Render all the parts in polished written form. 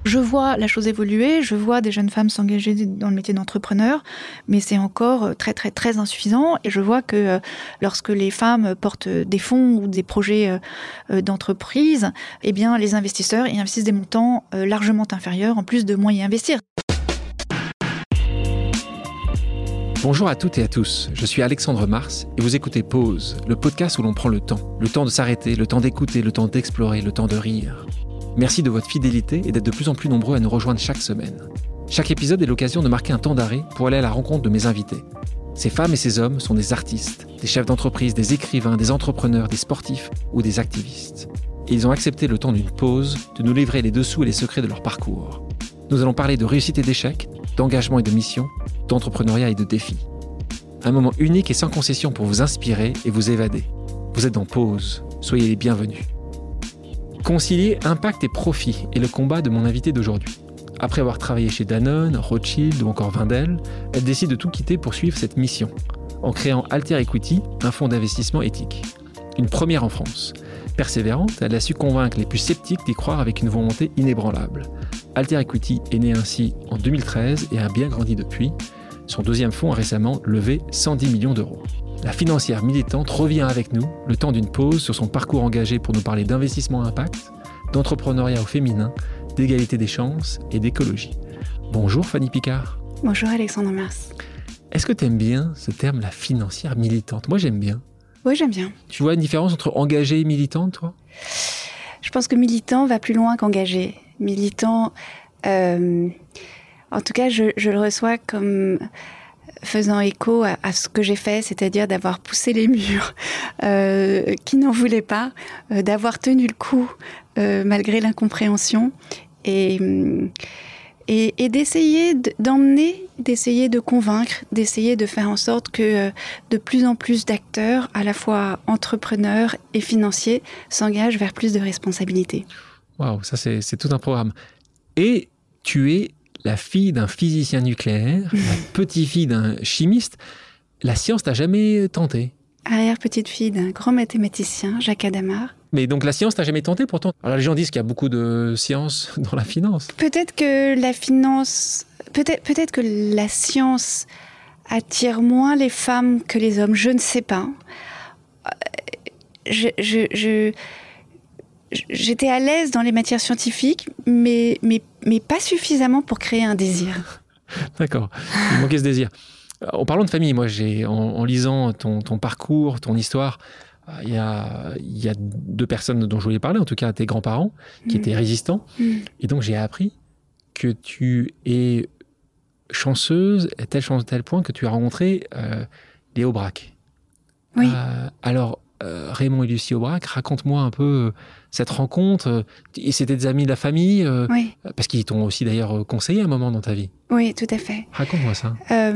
je vois la chose évoluer, je vois des jeunes femmes s'engager dans le métier d'entrepreneur, mais c'est encore très, très, très insuffisant. Et je vois que lorsque les femmes portent des fonds ou des projets d'entreprise, eh bien, les investisseurs y investissent des montants largement inférieurs, en plus de moins y investir. Bonjour à toutes et à tous, je suis Alexandre Mars et vous écoutez Pause, le podcast où l'on prend le temps de s'arrêter, le temps d'écouter, le temps d'explorer, le temps de rire. Merci de votre fidélité et d'être de plus en plus nombreux à nous rejoindre chaque semaine. Chaque épisode est l'occasion de marquer un temps d'arrêt pour aller à la rencontre de mes invités. Ces femmes et ces hommes sont des artistes, des chefs d'entreprise, des écrivains, des entrepreneurs, des sportifs ou des activistes. Et ils ont accepté le temps d'une pause de nous livrer les dessous et les secrets de leur parcours. Nous allons parler de réussite et d'échec, d'engagement et de mission, d'entrepreneuriat et de défis. Un moment unique et sans concession pour vous inspirer et vous évader. Vous êtes en pause, soyez les bienvenus. Concilier impact et profit est le combat de mon invitée d'aujourd'hui. Après avoir travaillé chez Danone, Rothschild ou encore Wendel, elle décide de tout quitter pour suivre cette mission, en créant Alter Equity, un fonds d'investissement éthique. Une première en France. Persévérante, elle a su convaincre les plus sceptiques d'y croire avec une volonté inébranlable. Alter Equity est né ainsi en 2013 et a bien grandi depuis. Son deuxième fonds a récemment levé 110 millions d'euros. La financière militante revient avec nous, le temps d'une pause sur son parcours engagé pour nous parler d'investissement impact, d'entrepreneuriat au féminin, d'égalité des chances et d'écologie. Bonjour Fanny Picard. Bonjour Alexandre Mars. Est-ce que tu aimes bien ce terme, la financière militante ? Moi j'aime bien. Oui, j'aime bien. Tu vois une différence entre engagé et militante, toi ? Je pense que militant va plus loin qu'engagé. Militant, en tout cas, je le reçois comme faisant écho à ce que j'ai fait, c'est-à-dire d'avoir poussé les murs qui n'en voulaient pas, d'avoir tenu le coup malgré l'incompréhension et d'essayer d'emmener, d'essayer de convaincre, d'essayer de faire en sorte que de plus en plus d'acteurs, à la fois entrepreneurs et financiers, s'engagent vers plus de responsabilités. Waouh, ça c'est tout un programme. Et tu es la fille d'un physicien nucléaire, la petite-fille d'un chimiste. La science t'a jamais tenté ? Arrière-petite-fille d'un grand mathématicien, Jacques Hadamard. Mais donc la science t'a jamais tenté pourtant ? Alors les gens disent qu'il y a beaucoup de science dans la finance. Peut-être que la finance, peut-être que la science attire moins les femmes que les hommes. Je ne sais pas. J'étais à l'aise dans les matières scientifiques, mais pas suffisamment pour créer un désir. D'accord, il manquait ce désir. En parlant de famille, moi, en lisant ton parcours, ton histoire, il y a deux personnes dont je voulais parler, en tout cas tes grands-parents, qui étaient résistants. Et donc, j'ai appris que tu es chanceuse à tel point que tu as rencontré les Aubrac. Oui. Alors, Raymond et Lucie Aubrac, raconte-moi un peu cette rencontre. Et c'était des amis de la famille, Oui. Parce qu'ils t'ont aussi d'ailleurs conseillé un moment dans ta vie. Oui, tout à fait. Raconte-moi ça.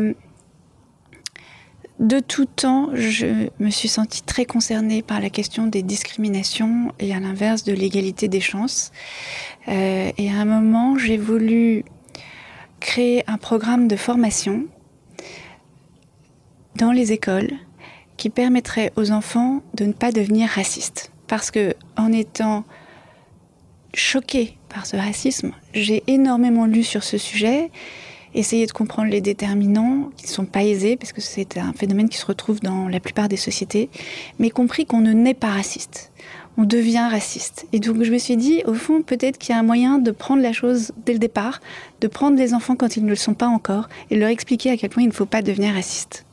De tout temps, je me suis sentie très concernée par la question des discriminations et à l'inverse de l'égalité des chances. Et à un moment, j'ai voulu créer un programme de formation dans les écoles qui permettrait aux enfants de ne pas devenir racistes. Parce que, en étant choquée par ce racisme, j'ai énormément lu sur ce sujet, essayé de comprendre les déterminants, qui ne sont pas aisés, parce que c'est un phénomène qui se retrouve dans la plupart des sociétés, mais compris qu'on ne naît pas raciste. On devient raciste. Et donc je me suis dit, au fond, peut-être qu'il y a un moyen de prendre la chose dès le départ, de prendre les enfants quand ils ne le sont pas encore, et de leur expliquer à quel point il ne faut pas devenir raciste.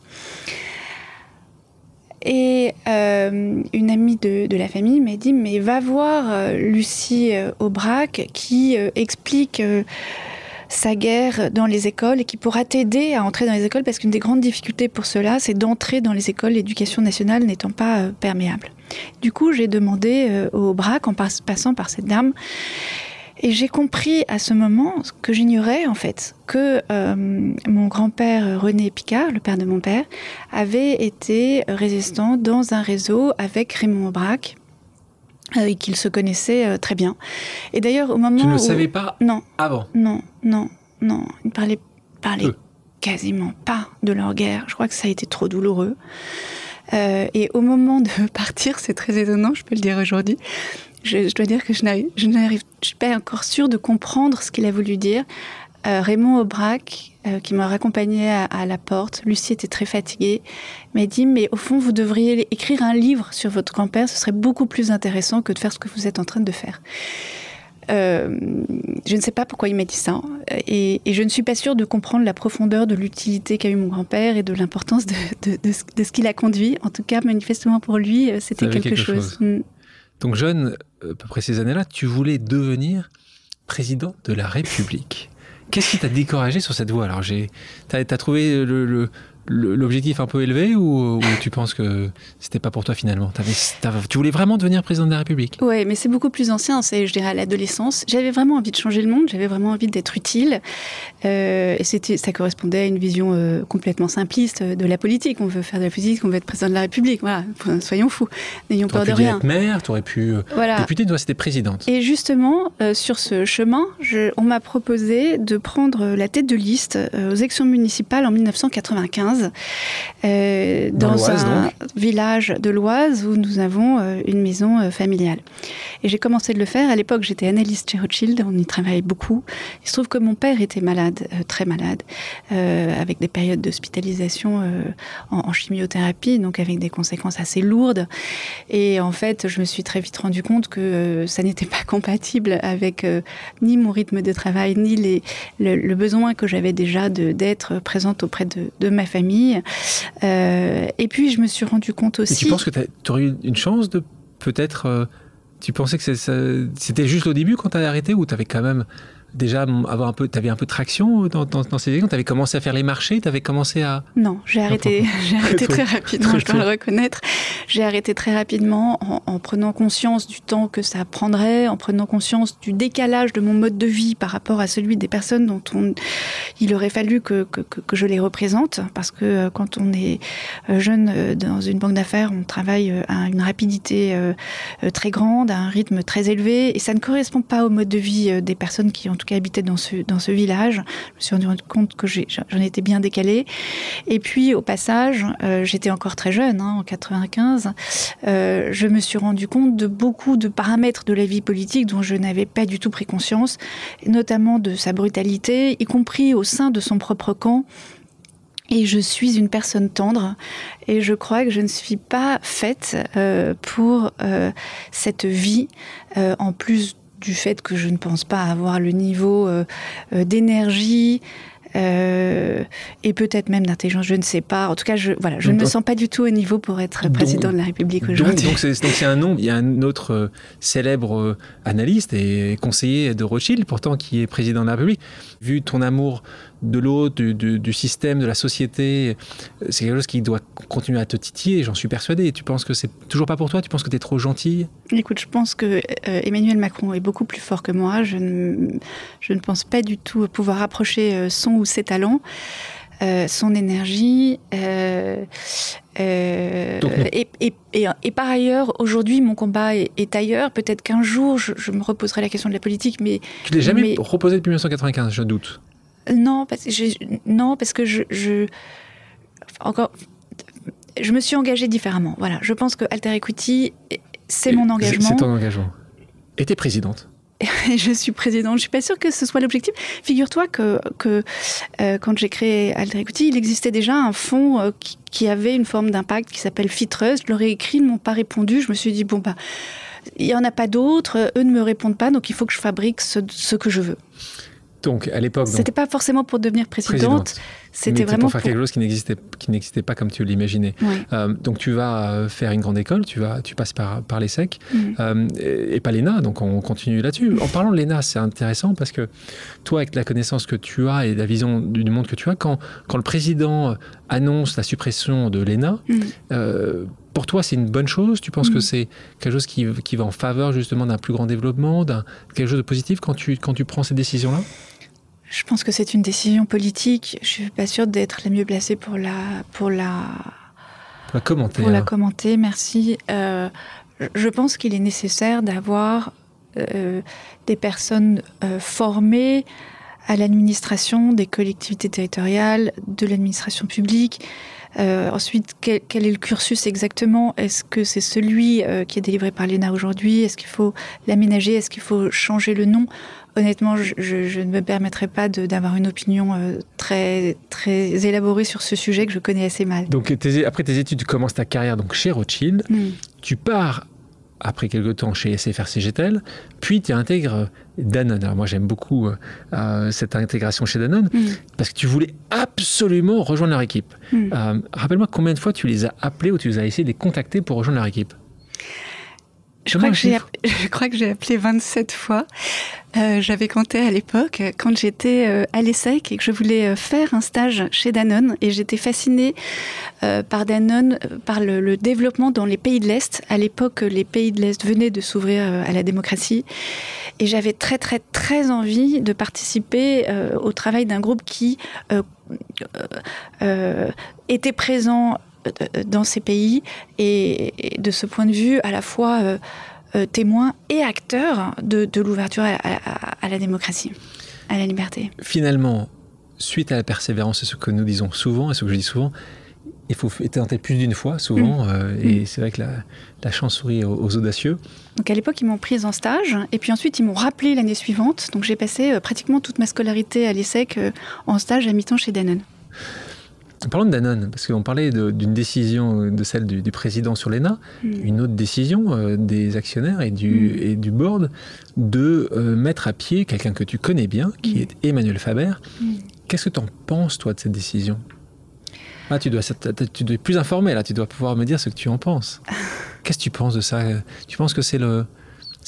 Et une amie de la famille m'a dit « Mais va voir Lucie Aubrac qui explique sa guerre dans les écoles et qui pourra t'aider à entrer dans les écoles parce qu'une des grandes difficultés pour cela, c'est d'entrer dans les écoles, l'éducation nationale n'étant pas perméable. » Du coup, j'ai demandé au Aubrac, en passant par cette dame, et j'ai compris à ce moment, que j'ignorais en fait, que mon grand-père René Picard, le père de mon père, avait été résistant dans un réseau avec Raymond Aubrac, et qu'ils se connaissaient très bien. Et d'ailleurs, au moment où... Tu ne le savais pas Non. avant ? Non. Ils ne parlaient quasiment pas de leur guerre. Je crois que ça a été trop douloureux. Et au moment de partir, c'est très étonnant, je peux le dire aujourd'hui, je dois dire que je suis pas encore sûre de comprendre ce qu'il a voulu dire. Raymond Aubrac, qui m'a raccompagnée à la porte, Lucie était très fatiguée, m'a dit « Mais au fond, vous devriez écrire un livre sur votre grand-père, ce serait beaucoup plus intéressant que de faire ce que vous êtes en train de faire. » Je ne sais pas pourquoi il m'a dit ça, et je ne suis pas sûre de comprendre la profondeur de l'utilité qu'a eu mon grand-père et de l'importance de ce qu'il a conduit. En tout cas, manifestement pour lui, c'était quelque chose. Donc jeune, à peu près ces années-là, tu voulais devenir président de la République. Qu'est-ce qui t'a découragé sur cette voie? Alors, t'as trouvé l'objectif un peu élevé ou tu penses que c'était pas pour toi finalement? Tu voulais vraiment devenir président de la République? Oui, mais c'est beaucoup plus ancien, c'est, je dirais, à l'adolescence. J'avais vraiment envie de changer le monde, j'avais vraiment envie d'être utile. Et ça correspondait à une vision complètement simpliste de la politique. On veut faire de la politique, on veut être président de la République. Voilà, soyons fous, n'ayons peur de rien. Tu aurais pu être maire, tu aurais pu députée, toi c'était présidente. Et justement, sur ce chemin, on m'a proposé de prendre la tête de liste aux élections municipales en 1995 dans un village de l'Oise où nous avons une maison familiale. Et j'ai commencé de le faire. À l'époque, j'étais analyste chez Rothschild, on y travaillait beaucoup. Il se trouve que mon père était malade, très malade, avec des périodes d'hospitalisation en chimiothérapie, donc avec des conséquences assez lourdes. Et en fait, je me suis très vite rendu compte que ça n'était pas compatible avec ni mon rythme de travail, ni le besoin que j'avais déjà d'être présente auprès de ma famille. Et puis, je me suis rendu compte aussi... Et tu penses que tu aurais eu une chance de peut-être... tu pensais que c'était juste au début quand tu as arrêté ou tu avais quand même déjà t'avais un peu de traction dans ces élections? Tu avais commencé à faire les marchés? Tu avais commencé à... Non, j'ai arrêté très rapidement, je dois le reconnaître. J'ai arrêté très rapidement en prenant conscience du temps que ça prendrait, en prenant conscience du décalage de mon mode de vie par rapport à celui des personnes dont il aurait fallu que je les représente. Parce que quand on est jeune dans une banque d'affaires, on travaille à une rapidité très grande, à un rythme très élevé, et ça ne correspond pas au mode de vie des personnes qui, en tout cas, habitaient dans ce village. Je me suis rendu compte que j'en étais bien décalée. Et puis, au passage, j'étais encore très jeune, en 95, je me suis rendu compte de beaucoup de paramètres de la vie politique dont je n'avais pas du tout pris conscience, notamment de sa brutalité, y compris au sein de son propre camp. Et je suis une personne tendre et je crois que je ne suis pas faite pour cette vie, en plus du fait que je ne pense pas avoir le niveau d'énergie et peut-être même d'intelligence, je ne sais pas. En tout cas, je ne me sens pas du tout au niveau pour être président de la République aujourd'hui. Donc c'est un nom. Il y a un autre célèbre analyste et conseiller de Rothschild, pourtant, qui est président de la République. Vu ton amour de l'autre, du système, de la société, c'est quelque chose qui doit continuer à te titiller, j'en suis persuadé. Tu penses que c'est toujours pas pour toi? Tu penses que tu es trop gentille? Écoute, je pense que Emmanuel Macron est beaucoup plus fort que moi. Je ne pense pas du tout pouvoir approcher son ou ses talents, son énergie. Et par ailleurs, aujourd'hui, mon combat est ailleurs. Peut-être qu'un jour, je me reposerai la question de la politique, mais... Tu ne l'as jamais reposé depuis 1995, je doute. Non, parce que je me suis engagée différemment. Voilà, je pense que Alter Equity, c'est mon engagement. C'est ton engagement. Et tu es présidente. Et je suis présidente. Je suis pas sûre que ce soit l'objectif. Figure-toi que quand j'ai créé Alter Equity, il existait déjà un fonds qui avait une forme d'impact qui s'appelle FitTrust. Je leur ai écrit, ils ne m'ont pas répondu. Je me suis dit, il n'y en a pas d'autres. Eux ne me répondent pas, donc il faut que je fabrique ce que je veux. Donc, à l'époque... C'était pas forcément pour devenir présidente. C'était vraiment pour faire quelque chose qui n'existait pas comme tu l'imaginais. Oui. Donc, tu vas faire une grande école, tu passes par l'ESSEC, et pas l'ENA, donc on continue là-dessus. En parlant de l'ENA, c'est intéressant parce que toi, avec la connaissance que tu as et la vision du monde que tu as, quand le président annonce la suppression de l'ENA, pour toi, c'est une bonne chose? Tu penses que c'est quelque chose qui va en faveur justement d'un plus grand développement, quelque chose de positif quand tu prends ces décisions-là? Je pense que c'est une décision politique. Je suis pas sûre d'être la mieux placée pour la commenter. Pour la commenter, merci. Je pense qu'il est nécessaire d'avoir des personnes formées à l'administration des collectivités territoriales, de l'administration publique, Ensuite, quel est le cursus exactement ? Est-ce que c'est celui qui est délivré par l'ENA aujourd'hui ? Est-ce qu'il faut l'aménager ? Est-ce qu'il faut changer le nom ? Honnêtement, je ne me permettrai pas d'avoir une opinion très, très élaborée sur ce sujet que je connais assez mal. Donc, après tes études, tu commences ta carrière donc, chez Rothschild. Tu pars, après quelques temps, chez SFR-CGTEL. Puis, tu intègres Danone. Alors, moi, j'aime beaucoup cette intégration chez Danone parce que tu voulais absolument rejoindre leur équipe. Rappelle-moi combien de fois tu les as appelés ou tu les as essayé de les contacter pour rejoindre leur équipe. Je crois que j'ai appelé 27 fois. J'avais compté à l'époque quand j'étais à l'ESSEC et que je voulais faire un stage chez Danone. Et j'étais fascinée par Danone, par le développement dans les pays de l'Est. À l'époque, les pays de l'Est venaient de s'ouvrir à la démocratie. Et j'avais très, très, très envie de participer au travail d'un groupe qui était présent dans ces pays et de ce point de vue à la fois témoin et acteur de l'ouverture à la démocratie, à la liberté. Finalement, suite à la persévérance, c'est ce que nous disons souvent et ce que je dis souvent, il faut tenter plus d'une fois souvent et c'est vrai que la chance sourit aux audacieux. Donc à l'époque, ils m'ont prise en stage et puis ensuite ils m'ont rappelé l'année suivante. Donc j'ai passé pratiquement toute ma scolarité à l'ESSEC en stage à mi-temps chez Danone. Parlons de Danone, parce qu'on parlait d'une décision de celle du président sur l'ENA, une autre décision des actionnaires et du board de mettre à pied quelqu'un que tu connais bien, qui est Emmanuel Faber. Qu'est-ce que tu en penses, toi, de cette décision ? Là, tu dois être plus informé, là, tu dois pouvoir me dire ce que tu en penses. Qu'est-ce que tu penses de ça ? Tu penses que c'est le traitement ?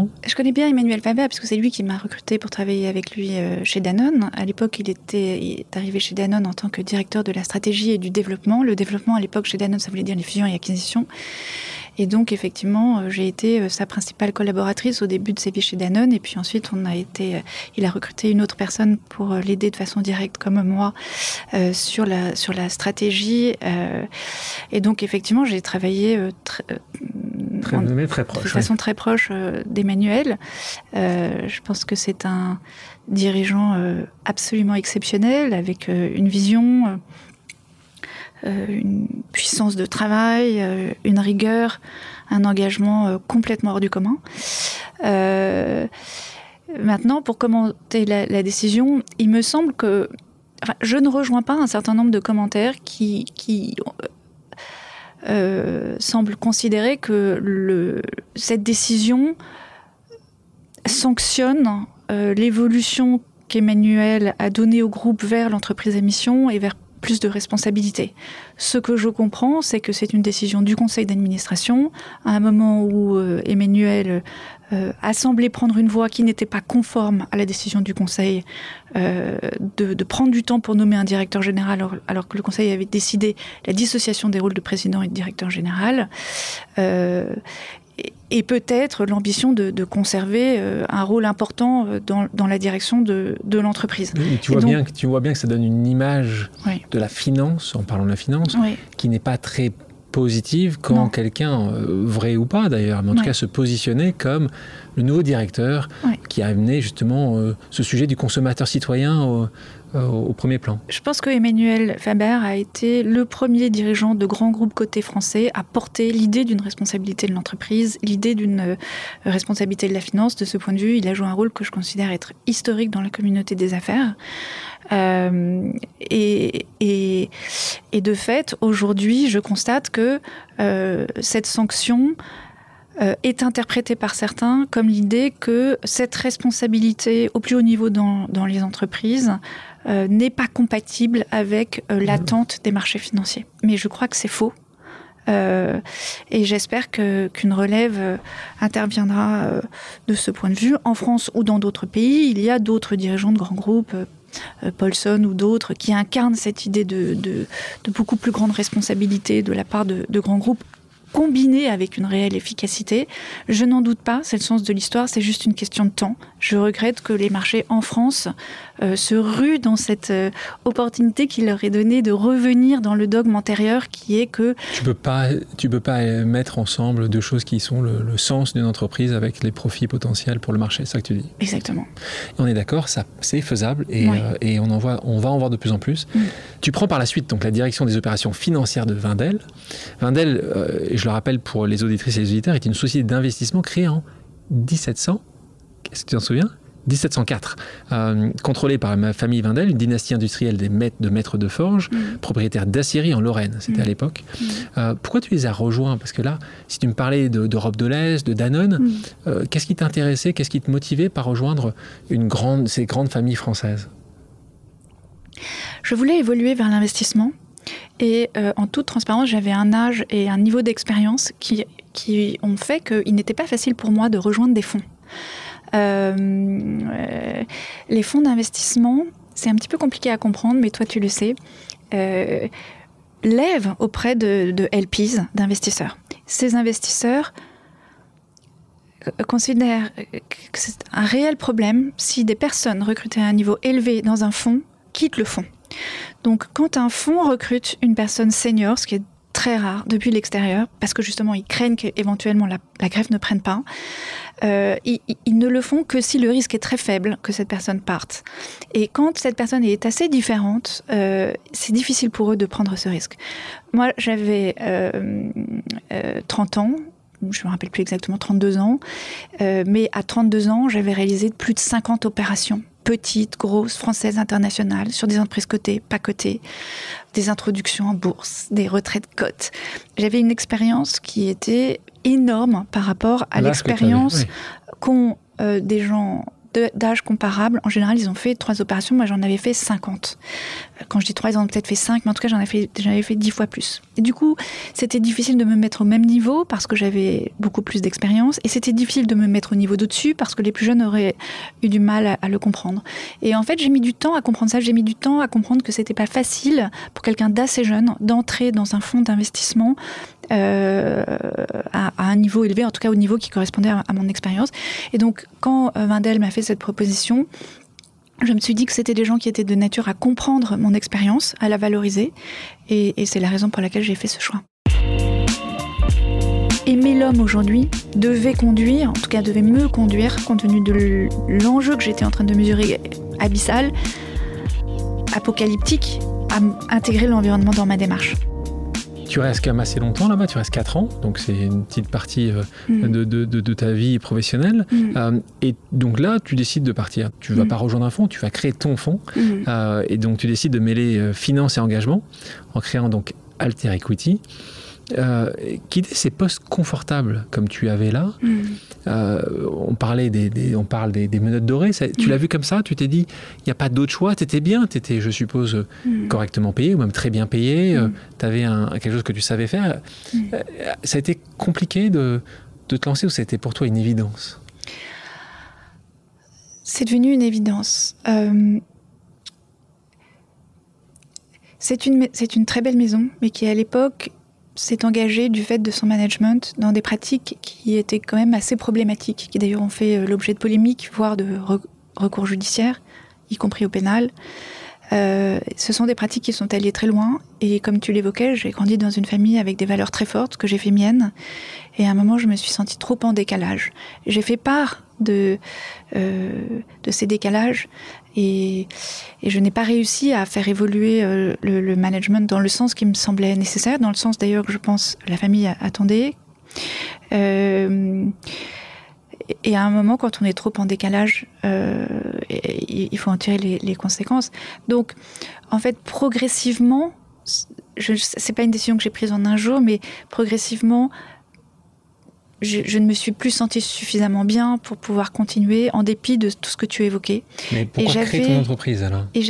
Je connais bien Emmanuel Faber parce que c'est lui qui m'a recruté pour travailler avec lui chez Danone. À l'époque, il est arrivé chez Danone en tant que directeur de la stratégie et du développement. Le développement, à l'époque, chez Danone, ça voulait dire les fusions et acquisitions. Et donc, effectivement, j'ai été sa principale collaboratrice au début de ses vies chez Danone. Et puis ensuite, il a recruté une autre personne pour l'aider de façon directe, comme moi, sur la stratégie. Et donc, effectivement, j'ai travaillé de façon très proche d'Emmanuel. Je pense que c'est un dirigeant absolument exceptionnel, avec une vision, une puissance de travail, une rigueur, un engagement complètement hors du commun. Maintenant, pour commenter la décision, il me semble que je ne rejoins pas un certain nombre de commentaires qui semble considérer que cette décision sanctionne l'évolution qu'Emmanuel a donnée au groupe vers l'entreprise à mission et vers plus de responsabilités. Ce que je comprends, c'est que c'est une décision du conseil d'administration, à un moment où Emmanuel a semblé prendre une voie qui n'était pas conforme à la décision du conseil de prendre du temps pour nommer un directeur général alors que le conseil avait décidé la dissociation des rôles de président et de directeur général. Et peut-être l'ambition de conserver un rôle important dans la direction de l'entreprise. Tu vois bien que ça donne une image de la finance, en parlant de la finance, qui n'est pas très positive quand quelqu'un, vrai ou pas d'ailleurs, mais en tout cas se positionner comme le nouveau directeur qui a amené justement ce sujet du consommateur citoyen au premier plan. Je pense que Emmanuel Faber a été le premier dirigeant de grands groupes cotés français à porter l'idée d'une responsabilité de l'entreprise, l'idée d'une responsabilité de la finance. De ce point de vue, il a joué un rôle que je considère être historique dans la communauté des affaires. Et de fait, aujourd'hui, je constate que cette sanction est interprétée par certains comme l'idée que cette responsabilité au plus haut niveau dans les entreprises n'est pas compatible avec l'attente des marchés financiers. Mais je crois que c'est faux. Et j'espère qu'une relève interviendra de ce point de vue. En France ou dans d'autres pays, il y a d'autres dirigeants de grands groupes, Paulson ou d'autres, qui incarnent cette idée de beaucoup plus grande responsabilité de la part de grands groupes combiner avec une réelle efficacité. Je n'en doute pas, c'est le sens de l'histoire, c'est juste une question de temps. Je regrette que les marchés en France se ruent dans cette opportunité qui leur est donnée de revenir dans le dogme antérieur qui est que... Tu peux pas mettre ensemble deux choses qui sont le sens d'une entreprise avec les profits potentiels pour le marché, c'est ça que tu dis. Exactement. Et on est d'accord, ça, c'est faisable et on va en voir de plus en plus. Tu prends par la suite donc, la direction des opérations financières de Wendel. Wendel, je le rappelle pour les auditrices et les auditeurs, est une société d'investissement créée en 1700. Est-ce que tu t'en souviens ? 1704, contrôlée par ma famille Wendel, une dynastie industrielle de maîtres de forge, propriétaire d'aciéries en Lorraine, c'était à l'époque. Pourquoi tu les as rejoints ? Parce que là, si tu me parlais d'Europe de l'Est, de Danone, qu'est-ce qui t'intéressait, qu'est-ce qui te motivait par rejoindre ces grandes familles françaises ? Je voulais évoluer vers l'investissement et en toute transparence, j'avais un âge et un niveau d'expérience qui ont fait qu'il n'était pas facile pour moi de rejoindre des fonds. Les fonds d'investissement, c'est un petit peu compliqué à comprendre, mais toi tu le sais, lèvent auprès de LPs, d'investisseurs. Ces investisseurs considèrent que c'est un réel problème si des personnes recrutées à un niveau élevé dans un fonds quittent le fonds. Donc quand un fonds recrute une personne senior, ce qui est très rare depuis l'extérieur, parce que justement ils craignent qu'éventuellement la greffe ne prenne pas, ils ne le font que si le risque est très faible que cette personne parte. Et quand cette personne est assez différente, c'est difficile pour eux de prendre ce risque. Moi, j'avais 30 ans, je ne me rappelle plus exactement, 32 ans, mais à 32 ans, j'avais réalisé plus de 50 opérations. Petites, grosses, françaises, internationales, sur des entreprises cotées, pas cotées, des introductions en bourse, des retraites cotes. J'avais une expérience qui était énorme par rapport à l'expérience qu'ont des gens d'âge comparable. En général, ils ont fait 3 opérations. Moi, j'en avais fait 50. Quand je dis 3, ils en ont peut-être fait 5, mais en tout cas, j'en avais fait 10 fois plus. Et du coup, c'était difficile de me mettre au même niveau parce que j'avais beaucoup plus d'expérience. Et c'était difficile de me mettre au niveau d'au-dessus parce que les plus jeunes auraient eu du mal à le comprendre. Et en fait, j'ai mis du temps à comprendre ça. J'ai mis du temps à comprendre que c'était pas facile pour quelqu'un d'assez jeune d'entrer dans un fonds d'investissement à un niveau élevé, en tout cas au niveau qui correspondait à mon expérience. Et donc, quand Wendel m'a fait cette proposition, je me suis dit que c'était des gens qui étaient de nature à comprendre mon expérience, à la valoriser, et c'est la raison pour laquelle j'ai fait ce choix. Aimer l'homme aujourd'hui devait conduire, en tout cas devait me conduire, compte tenu de l'enjeu que j'étais en train de mesurer abyssal, apocalyptique, à intégrer l'environnement dans ma démarche. Tu restes quand même assez longtemps là-bas, tu restes 4 ans, donc c'est une petite partie de ta vie professionnelle. Et donc là, tu décides de partir. Tu ne vas pas rejoindre un fonds, tu vas créer ton fonds. Et donc tu décides de mêler finance et engagement en créant donc Alter Equity. Quitter ces postes confortables comme tu avais là, on parle des menottes dorées, tu l'as vu comme ça, tu t'es dit il n'y a pas d'autre choix, t'étais bien, t'étais je suppose correctement payé ou même très bien payé, t'avais quelque chose que tu savais faire. Ça a été compliqué de te lancer ou ça a été pour toi une évidence ? C'est devenu une évidence. C'est une très belle maison, mais qui à l'époque s'est engagé du fait de son management dans des pratiques qui étaient quand même assez problématiques, qui d'ailleurs ont fait l'objet de polémiques, voire de recours judiciaires, y compris au pénal. Ce sont des pratiques qui sont allées très loin, et comme tu l'évoquais, j'ai grandi dans une famille avec des valeurs très fortes que j'ai fait miennes, et à un moment je me suis sentie trop en décalage. J'ai fait part de ces décalages, et je n'ai pas réussi à faire évoluer le management dans le sens qui me semblait nécessaire, dans le sens d'ailleurs que je pense la famille attendait. Et à un moment, quand on est trop en décalage, il faut en tirer les conséquences. Donc, en fait, progressivement, c'est pas une décision que j'ai prise en un jour, mais progressivement, je ne me suis plus sentie suffisamment bien pour pouvoir continuer en dépit de tout ce que tu évoquais. Mais pourquoi créer ton entreprise alors ? Et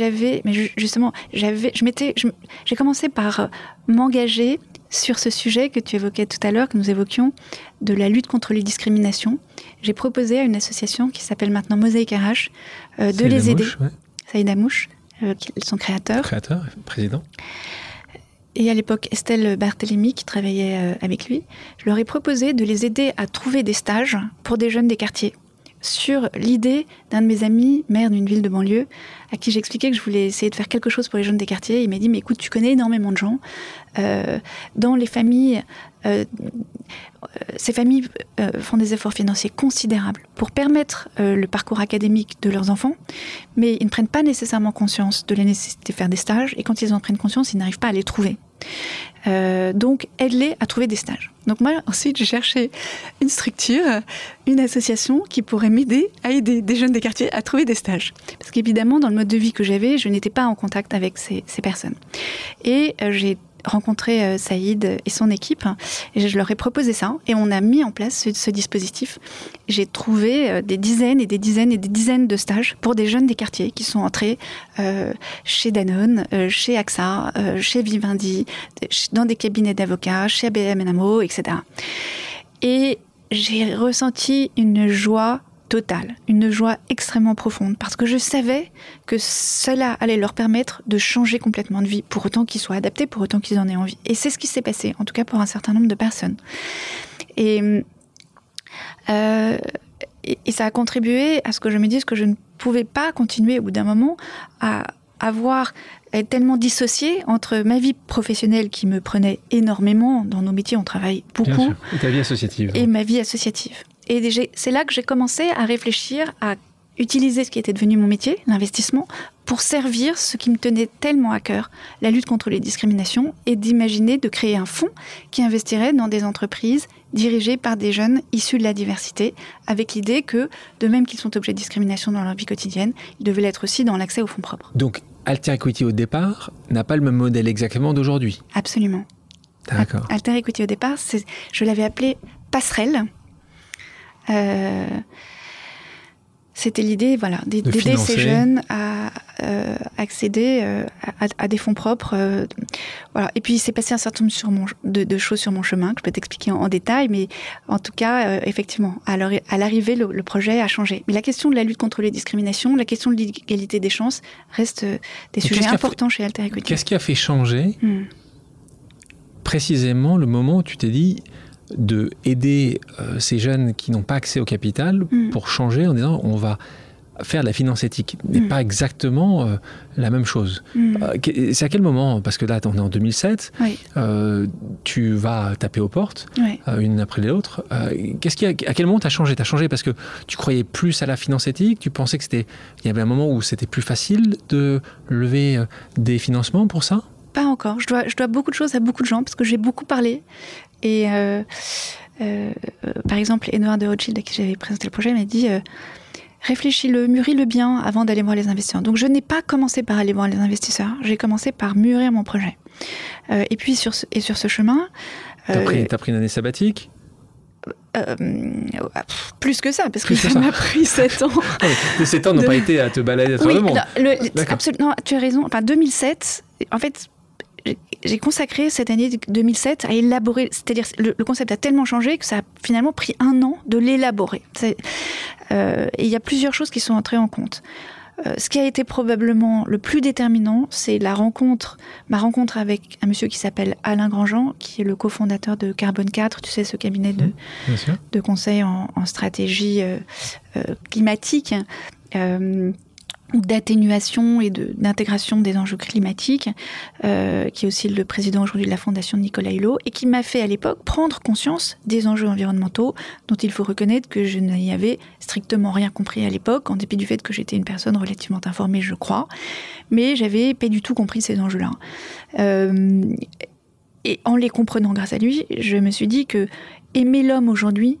j'ai commencé par m'engager sur ce sujet que tu évoquais tout à l'heure, que nous évoquions, de la lutte contre les discriminations. J'ai proposé à une association qui s'appelle maintenant Mosaïque RH de les aider. Saïd Amouche, son créateur. Président. et à l'époque Estelle Barthélémy qui travaillait avec lui, je leur ai proposé de les aider à trouver des stages pour des jeunes des quartiers, sur l'idée d'un de mes amis, maire d'une ville de banlieue, à qui j'expliquais que je voulais essayer de faire quelque chose pour les jeunes des quartiers. Il m'a dit, mais écoute, tu connais énormément de gens. Dans les familles, ces familles font des efforts financiers considérables pour permettre le parcours académique de leurs enfants, mais ils ne prennent pas nécessairement conscience de la nécessité de faire des stages, et quand ils en prennent conscience, ils n'arrivent pas à les trouver. Donc, aide-les à trouver des stages. Donc moi, ensuite, j'ai cherché une structure, une association qui pourrait m'aider à aider des jeunes des quartiers à trouver des stages. Parce qu'évidemment, dans le mode de vie que j'avais, je n'étais pas en contact avec ces personnes. Et j'ai rencontré Saïd et son équipe, et je leur ai proposé ça, et on a mis en place ce dispositif. J'ai trouvé des dizaines et des dizaines et des dizaines de stages pour des jeunes des quartiers qui sont entrés chez Danone, chez AXA, chez Vivendi, dans des cabinets d'avocats, chez ABM & AMRO, etc. Et j'ai ressenti une joie totale, une joie extrêmement profonde, parce que je savais que cela allait leur permettre de changer complètement de vie, pour autant qu'ils soient adaptés, pour autant qu'ils en aient envie. Et c'est ce qui s'est passé, en tout cas pour un certain nombre de personnes. Et ça a contribué à ce que je me dise que je ne pouvais pas continuer au bout d'un moment à être tellement dissociée entre ma vie professionnelle qui me prenait énormément. Dans nos métiers, on travaille beaucoup. Et ta vie associative. Et ma vie associative. Et c'est là que j'ai commencé à réfléchir, à utiliser ce qui était devenu mon métier, l'investissement, pour servir ce qui me tenait tellement à cœur, la lutte contre les discriminations, et d'imaginer de créer un fonds qui investirait dans des entreprises dirigées par des jeunes issus de la diversité, avec l'idée que, de même qu'ils sont objets de discrimination dans leur vie quotidienne, ils devaient l'être aussi dans l'accès aux fonds propres. Donc, Alter Equity au départ n'a pas le même modèle exactement d'aujourd'hui. Absolument. D'accord. Alter Equity au départ, je l'avais appelé Passerelle. C'était l'idée, voilà, d'aider ces jeunes à accéder à des fonds propres. Voilà. Et puis, il s'est passé un certain nombre de choses sur mon chemin, que je peux t'expliquer en détail, mais en tout cas, effectivement, à l'arrivée, le projet a changé. Mais la question de la lutte contre les discriminations, la question de l'égalité des chances, restent des sujets importants chez Alter Equity. Qu'est-ce qui a fait changer précisément le moment où tu t'es dit de aider ces jeunes qui n'ont pas accès au capital pour changer en disant on va faire de la finance éthique, mais pas exactement la même chose. C'est à quel moment? Parce que là, on est en 2007, oui. Tu vas taper aux portes, oui. Une après l'autre. À quel moment tu as changé? Tu as changé parce que tu croyais plus à la finance éthique? Tu pensais qu'il y avait un moment où c'était plus facile de lever des financements pour ça? Pas encore. Je dois beaucoup de choses à beaucoup de gens parce que j'ai beaucoup parlé. Et par exemple, Edouard de Rothschild, à qui j'avais présenté le projet, m'a dit réfléchis-le, mûris-le bien avant d'aller voir les investisseurs. Donc je n'ai pas commencé par aller voir les investisseurs, j'ai commencé par mûrir mon projet. Et puis sur ce chemin... T'as pris une année sabbatique? Plus que ça, parce que ça m'a pris 7 ans. Les 7 ans n'ont pas été à te balader à travers le monde. Absolument, tu as raison. Enfin, 2007, en fait... J'ai consacré cette année 2007 à élaborer, c'est-à-dire le concept a tellement changé que ça a finalement pris 1 an de l'élaborer. Et il y a plusieurs choses qui sont entrées en compte. Ce qui a été probablement le plus déterminant, c'est ma rencontre avec un monsieur qui s'appelle Alain Grandjean, qui est le cofondateur de Carbone 4, tu sais, ce cabinet de conseil en stratégie climatique, d'atténuation et d'intégration des enjeux climatiques, qui est aussi le président aujourd'hui de la fondation Nicolas Hulot, et qui m'a fait à l'époque prendre conscience des enjeux environnementaux, dont il faut reconnaître que je n'y avais strictement rien compris à l'époque, en dépit du fait que j'étais une personne relativement informée, je crois, mais j'avais pas du tout compris ces enjeux-là. Et en les comprenant grâce à lui, je me suis dit que aimer l'homme aujourd'hui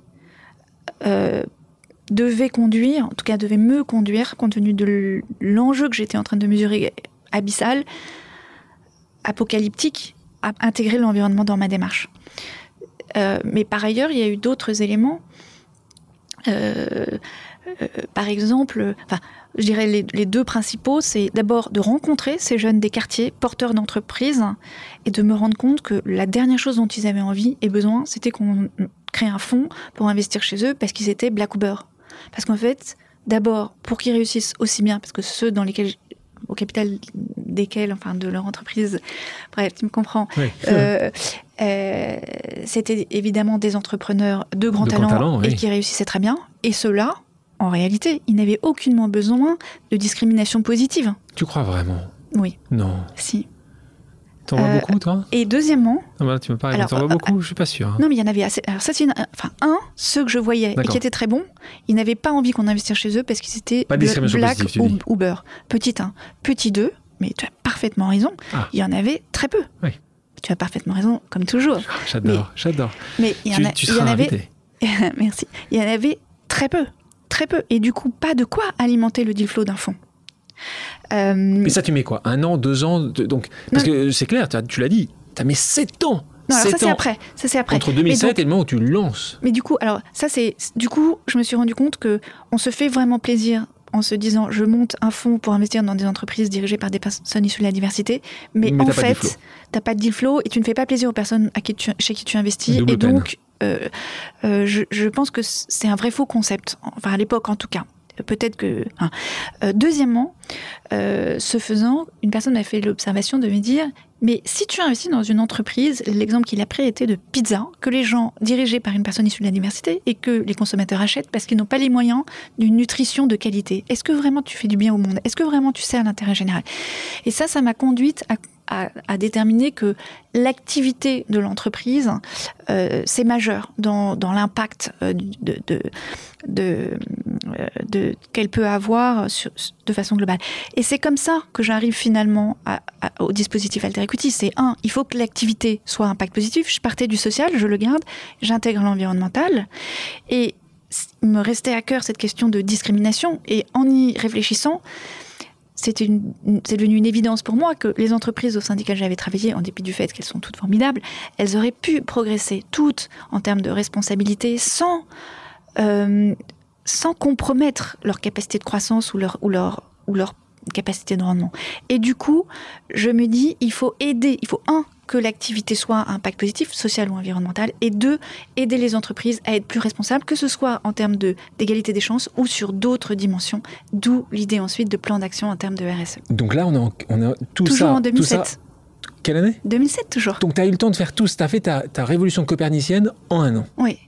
devait me conduire, compte tenu de l'enjeu que j'étais en train de mesurer, abyssal, apocalyptique, à intégrer l'environnement dans ma démarche. Mais par ailleurs, il y a eu d'autres éléments. Par exemple, je dirais les 2 principaux, c'est d'abord de rencontrer ces jeunes des quartiers, porteurs d'entreprises, et de me rendre compte que la dernière chose dont ils avaient envie et besoin, c'était qu'on crée un fonds pour investir chez eux parce qu'ils étaient black ou beurre. Parce qu'en fait, d'abord, pour qu'ils réussissent aussi bien, parce que ceux au capital desquels, enfin de leur entreprise, bref, tu me comprends. Oui. C'était évidemment des entrepreneurs de grands talents et qui réussissaient très bien. Et ceux-là, en réalité, ils n'avaient aucunement besoin de discrimination positive. Tu crois vraiment? Oui. Non. Si. T'en vois beaucoup, toi? Et deuxièmement... Non, bah, tu me parles, t'en vois beaucoup, je suis pas sûr. Non, mais il y en avait assez. Alors ça, c'est ceux que je voyais et qui étaient très bons, ils n'avaient pas envie qu'on investisse chez eux parce qu'ils étaient black ou beurre. Petit 1, petit 2, mais tu as parfaitement raison, il y en avait très peu. Oui. Tu as parfaitement raison, comme toujours. J'adore. Mais il y en avait... Merci. Il y en avait très peu. Et du coup, pas de quoi alimenter le deal flow d'un fonds. Mais ça, tu mets quoi? 1 an, 2 ans donc, parce que c'est clair, tu l'as dit, tu as mis 7 ans. Non, alors ça c'est après. Entre 2007 et le moment où tu lances. Mais du coup, je me suis rendu compte qu'on se fait vraiment plaisir en se disant je monte un fonds pour investir dans des entreprises dirigées par des personnes issues de la diversité, mais en fait, tu n'as pas de deal flow et tu ne fais pas plaisir aux personnes chez qui tu investis. Double peine. Donc, je pense que c'est un vrai faux concept, enfin à l'époque en tout cas. Peut-être que... Deuxièmement, ce faisant, une personne m'a fait l'observation de me dire mais si tu investis dans une entreprise, l'exemple qu'il a pris était de pizza, que les gens dirigés par une personne issue de la diversité et que les consommateurs achètent parce qu'ils n'ont pas les moyens d'une nutrition de qualité. Est-ce que vraiment tu fais du bien au monde? Est-ce que vraiment tu sers l'intérêt général? Et ça m'a conduite à déterminer que l'activité de l'entreprise, c'est majeur dans l'impact qu'elle peut avoir de façon globale. Et c'est comme ça que j'arrive finalement au dispositif Alter Equity. C'est il faut que l'activité soit impact positif. Je partais du social, je le garde, j'intègre l'environnemental. Et il me restait à cœur cette question de discrimination. Et en y réfléchissant, c'est devenu une évidence pour moi que les entreprises au sein desquelles j'avais travaillé, en dépit du fait qu'elles sont toutes formidables, elles auraient pu progresser toutes en termes de responsabilité sans compromettre leur capacité de croissance ou leur capacité de rendement. Et du coup, je me dis, il faut que l'activité soit un impact positif, social ou environnemental, et 2, aider les entreprises à être plus responsables, que ce soit en termes d'égalité des chances ou sur d'autres dimensions, d'où l'idée ensuite de plan d'action en termes de RSE. Donc là, on a toujours en 2007. Tout ça, quelle année? 2007 toujours. Donc tu as eu le temps de faire tout, tu as fait ta révolution copernicienne en 1 an. Oui.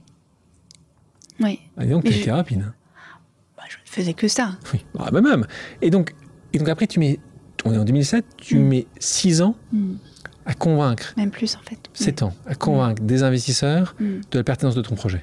Ah, donc tu étais rapide. Je ne faisais que ça. Oui, même. Et donc après, on est en 2007, tu mets 6 ans à convaincre. Même plus en fait. 7 ans, à convaincre des investisseurs de la pertinence de ton projet.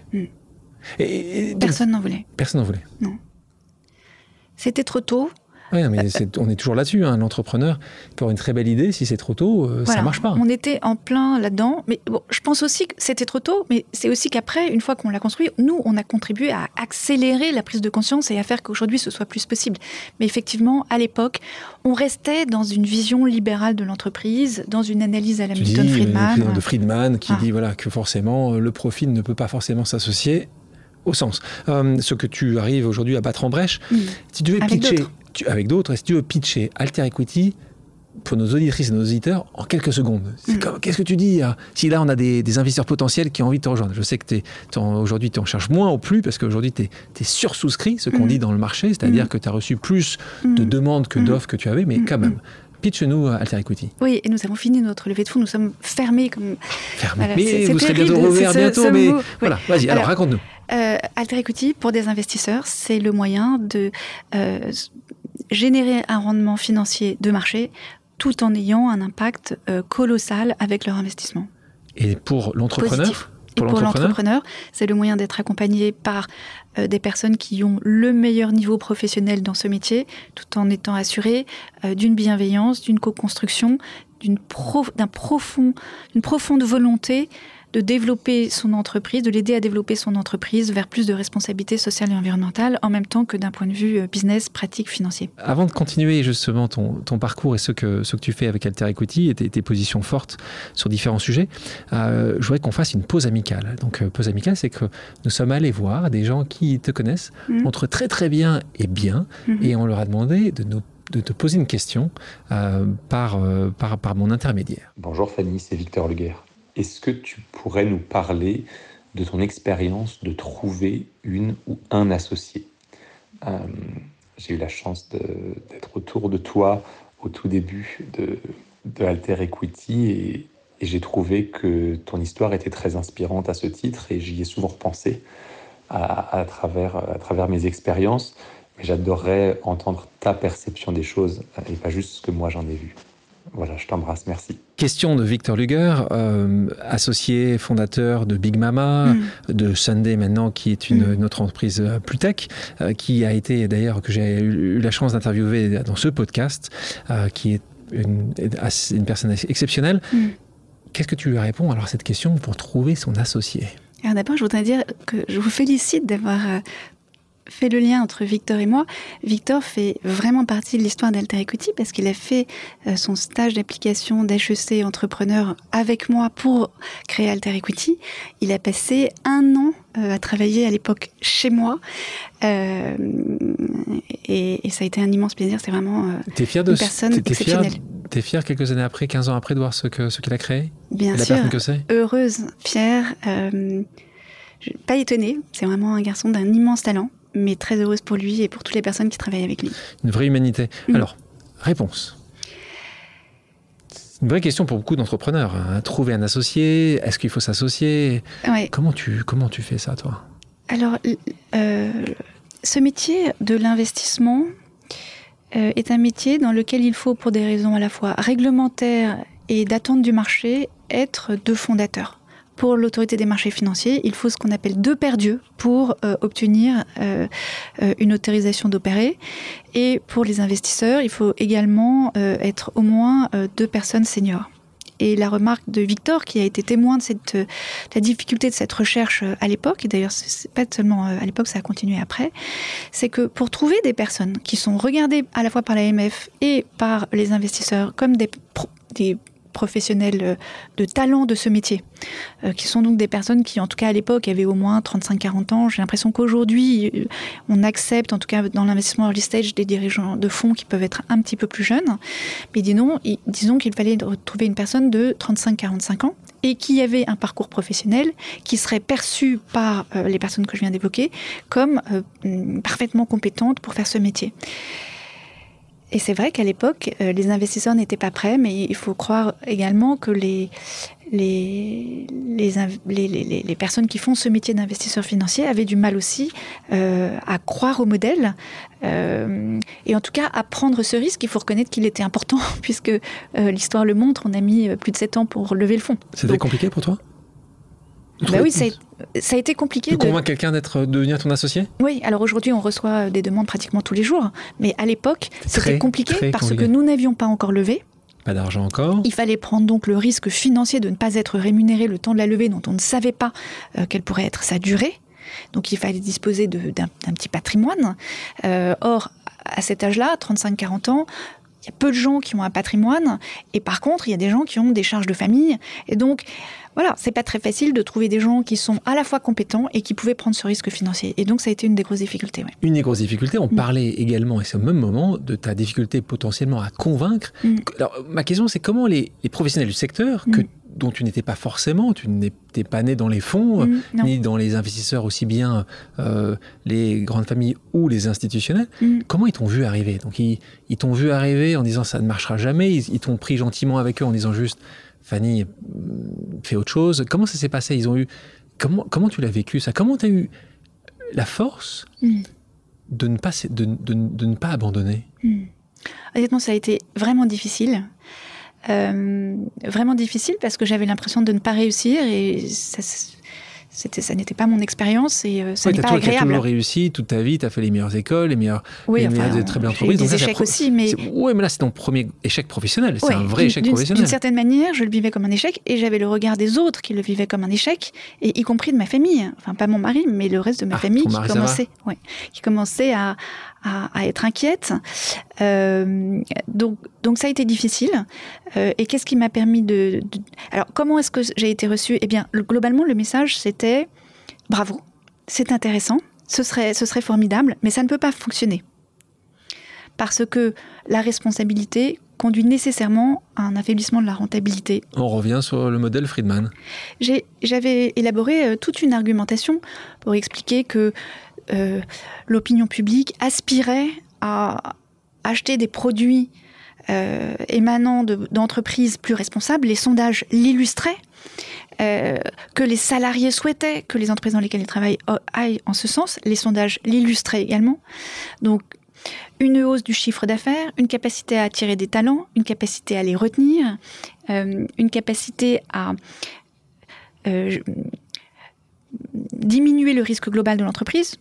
Et personne n'en voulait. Personne n'en voulait. Non. C'était trop tôt. Oui, mais on est toujours là-dessus. L'entrepreneur peut avoir une très belle idée, si c'est trop tôt, ça ne marche pas. On était en plein là-dedans. Mais bon, je pense aussi que c'était trop tôt, mais c'est aussi qu'après, une fois qu'on l'a construit, nous, on a contribué à accélérer la prise de conscience et à faire qu'aujourd'hui, ce soit plus possible. Mais effectivement, à l'époque, on restait dans une vision libérale de l'entreprise, dans une analyse à la Milton Friedman. De Friedman, qui dit que forcément, le profit ne peut pas forcément s'associer au sens. Ce que tu arrives aujourd'hui à battre en brèche, si tu veux pitcher... Avec d'autres, et si tu veux pitcher Alter Equity pour nos auditrices et nos auditeurs en quelques secondes. Qu'est-ce que tu dis si là on a des investisseurs potentiels qui ont envie de te rejoindre? Je sais que aujourd'hui tu en cherches moins au plus parce qu'aujourd'hui tu es sursouscrit, ce qu'on dit dans le marché, c'est-à-dire que tu as reçu plus de demandes que d'offres que tu avais, mais quand même. Pitch-nous Alter Equity. Oui, et nous avons fini notre levée de fonds, nous sommes fermés. Voilà, mais vous serez bientôt revers bientôt, mais voilà, vas-y, alors raconte-nous. Alter Equity, pour des investisseurs, c'est le moyen de générer un rendement financier de marché tout en ayant un impact colossal avec leur investissement. Et pour l'entrepreneur? Pour l'entrepreneur, c'est le moyen d'être accompagné par des personnes qui ont le meilleur niveau professionnel dans ce métier, tout en étant assuré d'une bienveillance, d'une co-construction, d'une profonde volonté de développer son entreprise, de l'aider à développer son entreprise vers plus de responsabilités sociales et environnementales, en même temps que d'un point de vue business, pratique, financier. Avant de continuer justement ton parcours et ce que tu fais avec Alter Equity et tes positions fortes sur différents sujets, je voudrais qu'on fasse une pause amicale. Donc pause amicale, c'est que nous sommes allés voir des gens qui te connaissent entre très très bien et bien, et on leur a demandé de te poser une question par mon intermédiaire. Bonjour Fanny, c'est Victor Leguer. Est-ce que tu pourrais nous parler de ton expérience de trouver une ou un associé? J'ai eu la chance d'être autour de toi au tout début de Alter Equity et j'ai trouvé que ton histoire était très inspirante à ce titre et j'y ai souvent repensé à travers mes expériences. Mais j'adorerais entendre ta perception des choses et pas juste ce que moi j'en ai vu. Voilà, je t'embrasse, merci. Question de Victor Luger, associé, fondateur de Big Mama, de Sunday maintenant, qui est une autre entreprise plus tech, qui a été d'ailleurs, que j'ai eu la chance d'interviewer dans ce podcast, qui est une personne exceptionnelle. Qu'est-ce que tu lui réponds alors à cette question pour trouver son associé ? Alors d'abord, je voudrais dire que je vous félicite d'avoir fait le lien entre Victor et moi. Victor fait vraiment partie de l'histoire d'Alter Equity parce qu'il a fait son stage d'application d'HEC entrepreneur avec moi pour créer Alter Equity. Il a passé 1 an à travailler à l'époque chez moi et ça a été un immense plaisir. C'est vraiment une personne exceptionnelle. T'es fière quelques années après, 15 ans après, de voir ce qu'il a créé ? Bien sûr, heureuse, fière, pas étonnée. C'est vraiment un garçon d'un immense talent, mais très heureuse pour lui et pour toutes les personnes qui travaillent avec lui. Une vraie humanité. Alors, réponse. C'est une vraie question pour beaucoup d'entrepreneurs. Hein. Trouver un associé, est-ce qu'il faut s'associer ? Ouais. Comment tu fais ça, toi ? Alors, ce métier de l'investissement est un métier dans lequel il faut, pour des raisons à la fois réglementaires et d'attente du marché, être 2 fondateurs. Pour l'autorité des marchés financiers, il faut ce qu'on appelle 2 paires d'yeux pour obtenir une autorisation d'opérer. Et pour les investisseurs, il faut également être au moins 2 personnes seniors. Et la remarque de Victor, qui a été témoin de la difficulté de cette recherche à l'époque, et d'ailleurs c'est pas seulement à l'époque, ça a continué après, c'est que pour trouver des personnes qui sont regardées à la fois par l'AMF et par les investisseurs comme des professionnels de talent de ce métier, qui sont donc des personnes qui, en tout cas à l'époque, avaient au moins 35-40 ans. J'ai l'impression qu'aujourd'hui, on accepte, en tout cas dans l'investissement early stage, des dirigeants de fonds qui peuvent être un petit peu plus jeunes. Mais disons qu'il fallait trouver une personne de 35-45 ans et qui avait un parcours professionnel qui serait perçu par les personnes que je viens d'évoquer comme parfaitement compétentes pour faire ce métier. Et c'est vrai qu'à l'époque, les investisseurs n'étaient pas prêts, mais il faut croire également que les personnes qui font ce métier d'investisseur financier avaient du mal aussi à croire au modèle et en tout cas à prendre ce risque. Il faut reconnaître qu'il était important puisque l'histoire le montre, on a mis plus de 7 ans pour lever le fonds. C'était compliqué pour toi ? Bah oui, ça a été compliqué. De convaincre quelqu'un de devenir ton associé ? Oui, alors aujourd'hui on reçoit des demandes pratiquement tous les jours, mais à l'époque c'était compliqué parce que nous n'avions pas encore levé. Pas d'argent encore. Il fallait prendre donc le risque financier de ne pas être rémunéré le temps de la levée dont on ne savait pas quelle pourrait être sa durée. Donc il fallait disposer d'un petit patrimoine. Or, à cet âge-là, 35-40 ans, il y a peu de gens qui ont un patrimoine et par contre, il y a des gens qui ont des charges de famille et donc voilà, c'est pas très facile de trouver des gens qui sont à la fois compétents et qui pouvaient prendre ce risque financier. Et donc, ça a été une des grosses difficultés. Ouais. Une des grosses difficultés, on parlait également, et c'est au même moment, de ta difficulté potentiellement à convaincre. Alors, ma question, c'est comment les professionnels du secteur, dont tu n'étais pas forcément, tu n'étais pas né dans les fonds, ni dans les investisseurs, aussi bien les grandes familles ou les institutionnels, comment ils t'ont vu arriver ? Donc, ils t'ont vu arriver en disant ça ne marchera jamais, ils t'ont pris gentiment avec eux en disant juste Fanny, fais autre chose. Comment ça s'est passé ? Comment tu l'as vécu ça ? Comment tu as eu la force de ne pas abandonner ? Honnêtement, ça a été vraiment difficile. Vraiment difficile parce que j'avais l'impression de ne pas réussir et ça n'était pas mon expérience et ça n'est pas agréable. Tu as toujours réussi toute ta vie, tu as fait les meilleures écoles, les meilleures très belles entreprises. J'ai eu des échecs aussi, mais... Oui, mais là, c'est ton premier échec professionnel. C'est un vrai échec professionnel. D'une certaine manière, je le vivais comme un échec et j'avais le regard des autres qui le vivaient comme un échec, et y compris de ma famille. Enfin, pas mon mari, mais le reste de ma famille qui commençait à être inquiète. Donc ça a été difficile. Et qu'est-ce qui m'a permis Alors, comment est-ce que j'ai été reçue ? Eh bien, globalement, le message, c'était « Bravo, c'est intéressant, ce serait formidable, mais ça ne peut pas fonctionner. » Parce que la responsabilité conduit nécessairement à un affaiblissement de la rentabilité. On revient sur le modèle Friedman. J'avais élaboré toute une argumentation pour expliquer que l'opinion publique aspirait à acheter des produits émanant d'entreprises plus responsables. Les sondages l'illustraient. Que les salariés souhaitaient que les entreprises dans lesquelles ils travaillent aillent en ce sens. Les sondages l'illustraient également. Donc, une hausse du chiffre d'affaires, une capacité à attirer des talents, une capacité à les retenir, une capacité à diminuer le risque global de l'entreprise.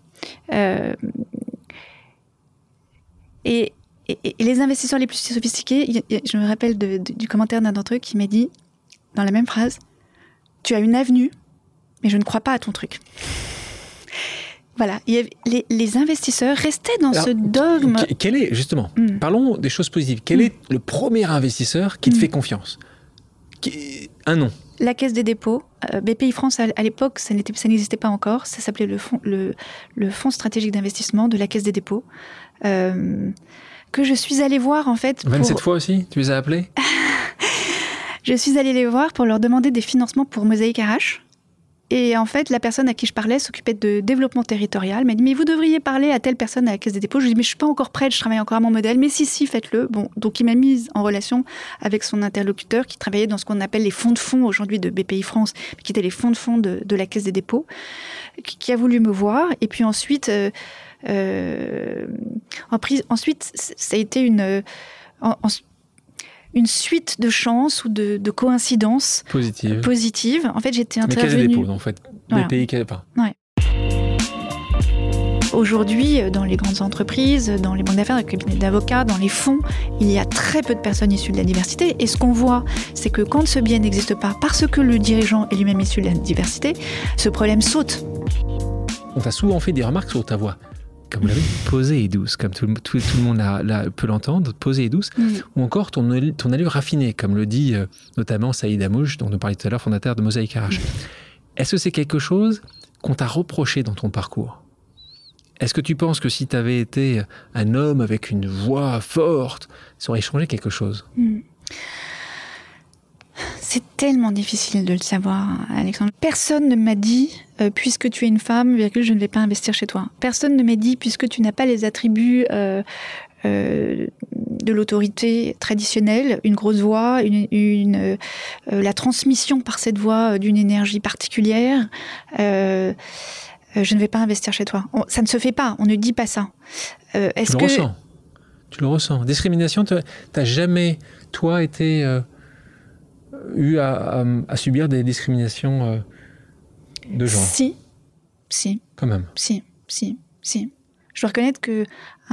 Et les investisseurs les plus sophistiqués, je me rappelle du commentaire d'un d'entre eux qui m'a dit, dans la même phrase, « Tu as une avenue, mais je ne crois pas à ton truc. » Voilà, les investisseurs restaient dans ce dogme. Quel est, justement, parlons des choses positives. Quel est le premier investisseur qui te fait confiance? Un nom. La Caisse des dépôts. BPI France, à l'époque, ça n'existait pas encore. Ça s'appelait le Fonds stratégique d'investissement de la Caisse des dépôts. Que je suis allée voir, en fait... 27 fois aussi? Tu les as appelés? Je suis allée les voir pour leur demander des financements pour Mosaïque Arrache. Et en fait, la personne à qui je parlais s'occupait de développement territorial. Elle m'a dit, mais vous devriez parler à telle personne à la Caisse des dépôts. Je lui ai dit, mais je suis pas encore prête, je travaille encore à mon modèle. Mais si, faites-le. Bon, donc il m'a mise en relation avec son interlocuteur qui travaillait dans ce qu'on appelle les fonds de fonds aujourd'hui de BPI France, qui étaient les fonds de fonds de la Caisse des dépôts, qui a voulu me voir. Et puis ensuite, ensuite ça a été une suite de chances ou de coïncidences positives. En fait, j'étais intervenue... La Caisse des dépôts, en fait. Voilà. BPI, pas. Ouais. Aujourd'hui, dans les grandes entreprises, dans les banques d'affaires, dans les cabinets d'avocats, dans les fonds, il y a très peu de personnes issues de la diversité. Et ce qu'on voit, c'est que quand ce biais n'existe pas, parce que le dirigeant est lui-même issu de la diversité, ce problème saute. On t'a souvent fait des remarques sur ta voix. Comme vous l'avez dit, posée et douce, comme tout le monde peut l'entendre, posée et douce, ou encore ton allure raffinée, comme le dit notamment Saïd Amouche, dont on parlait tout à l'heure, fondateur de Mosaïque Arrache. Est-ce que c'est quelque chose qu'on t'a reproché dans ton parcours? Est-ce que tu penses que si tu avais été un homme avec une voix forte, ça aurait changé quelque chose? C'est tellement difficile de le savoir, Alexandre. Personne ne m'a dit, puisque tu es une femme, je ne vais pas investir chez toi. Personne ne m'a dit, puisque tu n'as pas les attributs de l'autorité traditionnelle, une grosse voix, la transmission par cette voix d'une énergie particulière, je ne vais pas investir chez toi. Ça ne se fait pas, on ne dit pas ça. Tu le ressens. Discrimination, tu n'as jamais, toi, été... eu à subir des discriminations de genre? Si. Quand même. Si. Je dois reconnaître que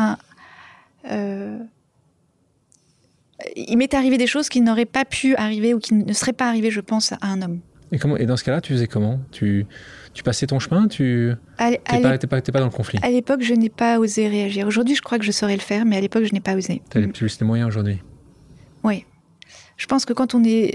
il m'est arrivé des choses qui n'auraient pas pu arriver ou qui ne seraient pas arrivées, je pense, à un homme. Et dans ce cas-là, tu faisais comment? Tu passais ton chemin? T'es pas dans le conflit? À l'époque, je n'ai pas osé réagir. Aujourd'hui, je crois que je saurais le faire, mais à l'époque, je n'ai pas osé. Tu as plus les moyens aujourd'hui? Oui. Je pense que quand on est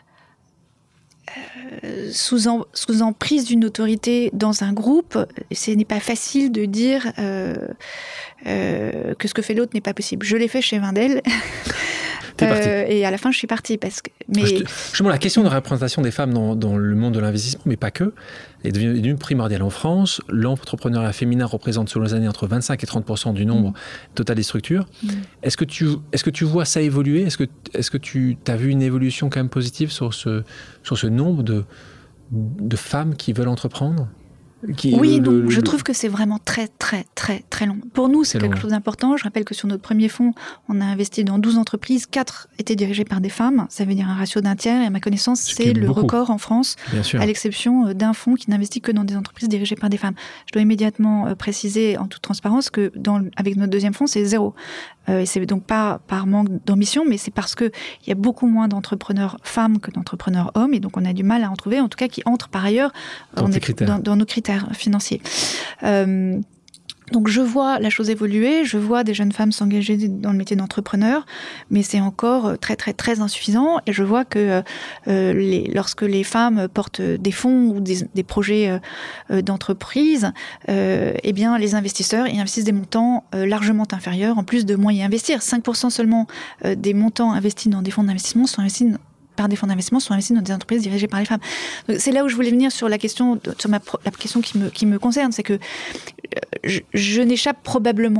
sous emprise d'une autorité dans un groupe, ce n'est pas facile de dire que ce que fait l'autre n'est pas possible. Je l'ai fait chez Wendel. Et à la fin, je suis partie. Justement, la question de la représentation des femmes dans le monde de l'investissement, mais pas que, est devenue primordiale. En France, l'entrepreneuriat féminin représente sur les années entre 25 et 30% du nombre total des structures. Est-ce que tu vois ça évoluer? Est-ce que tu as vu une évolution quand même positive sur ce nombre de femmes qui veulent entreprendre? Je trouve que c'est vraiment très, très, très, très long. Pour nous, c'est quelque chose d'important. Je rappelle que sur notre premier fonds, on a investi dans 12 entreprises. 4 étaient dirigées par des femmes. Ça veut dire un ratio d'1 tiers. Et à ma connaissance, c'est le record en France, à l'exception d'un fonds qui n'investit que dans des entreprises dirigées par des femmes. Je dois immédiatement préciser en toute transparence que avec notre deuxième fonds, c'est 0. Et c'est donc pas par manque d'ambition, mais c'est parce qu'il y a beaucoup moins d'entrepreneurs femmes que d'entrepreneurs hommes. Et donc, on a du mal à en trouver, en tout cas, qui entrent par ailleurs dans nos critères financiers. Donc je vois la chose évoluer, je vois des jeunes femmes s'engager dans le métier d'entrepreneur, mais c'est encore très très très insuffisant. Et je vois que lorsque les femmes portent des fonds ou des projets d'entreprise, eh bien les investisseurs y investissent des montants largement inférieurs, en plus de moins y investir. 5% seulement des montants investis dans des fonds d'investissement sont investis par des fonds d'investissement sont investis dans des entreprises dirigées par les femmes. Donc, c'est là où je voulais venir sur la question qui me concerne, c'est que je n'échappe probablement pas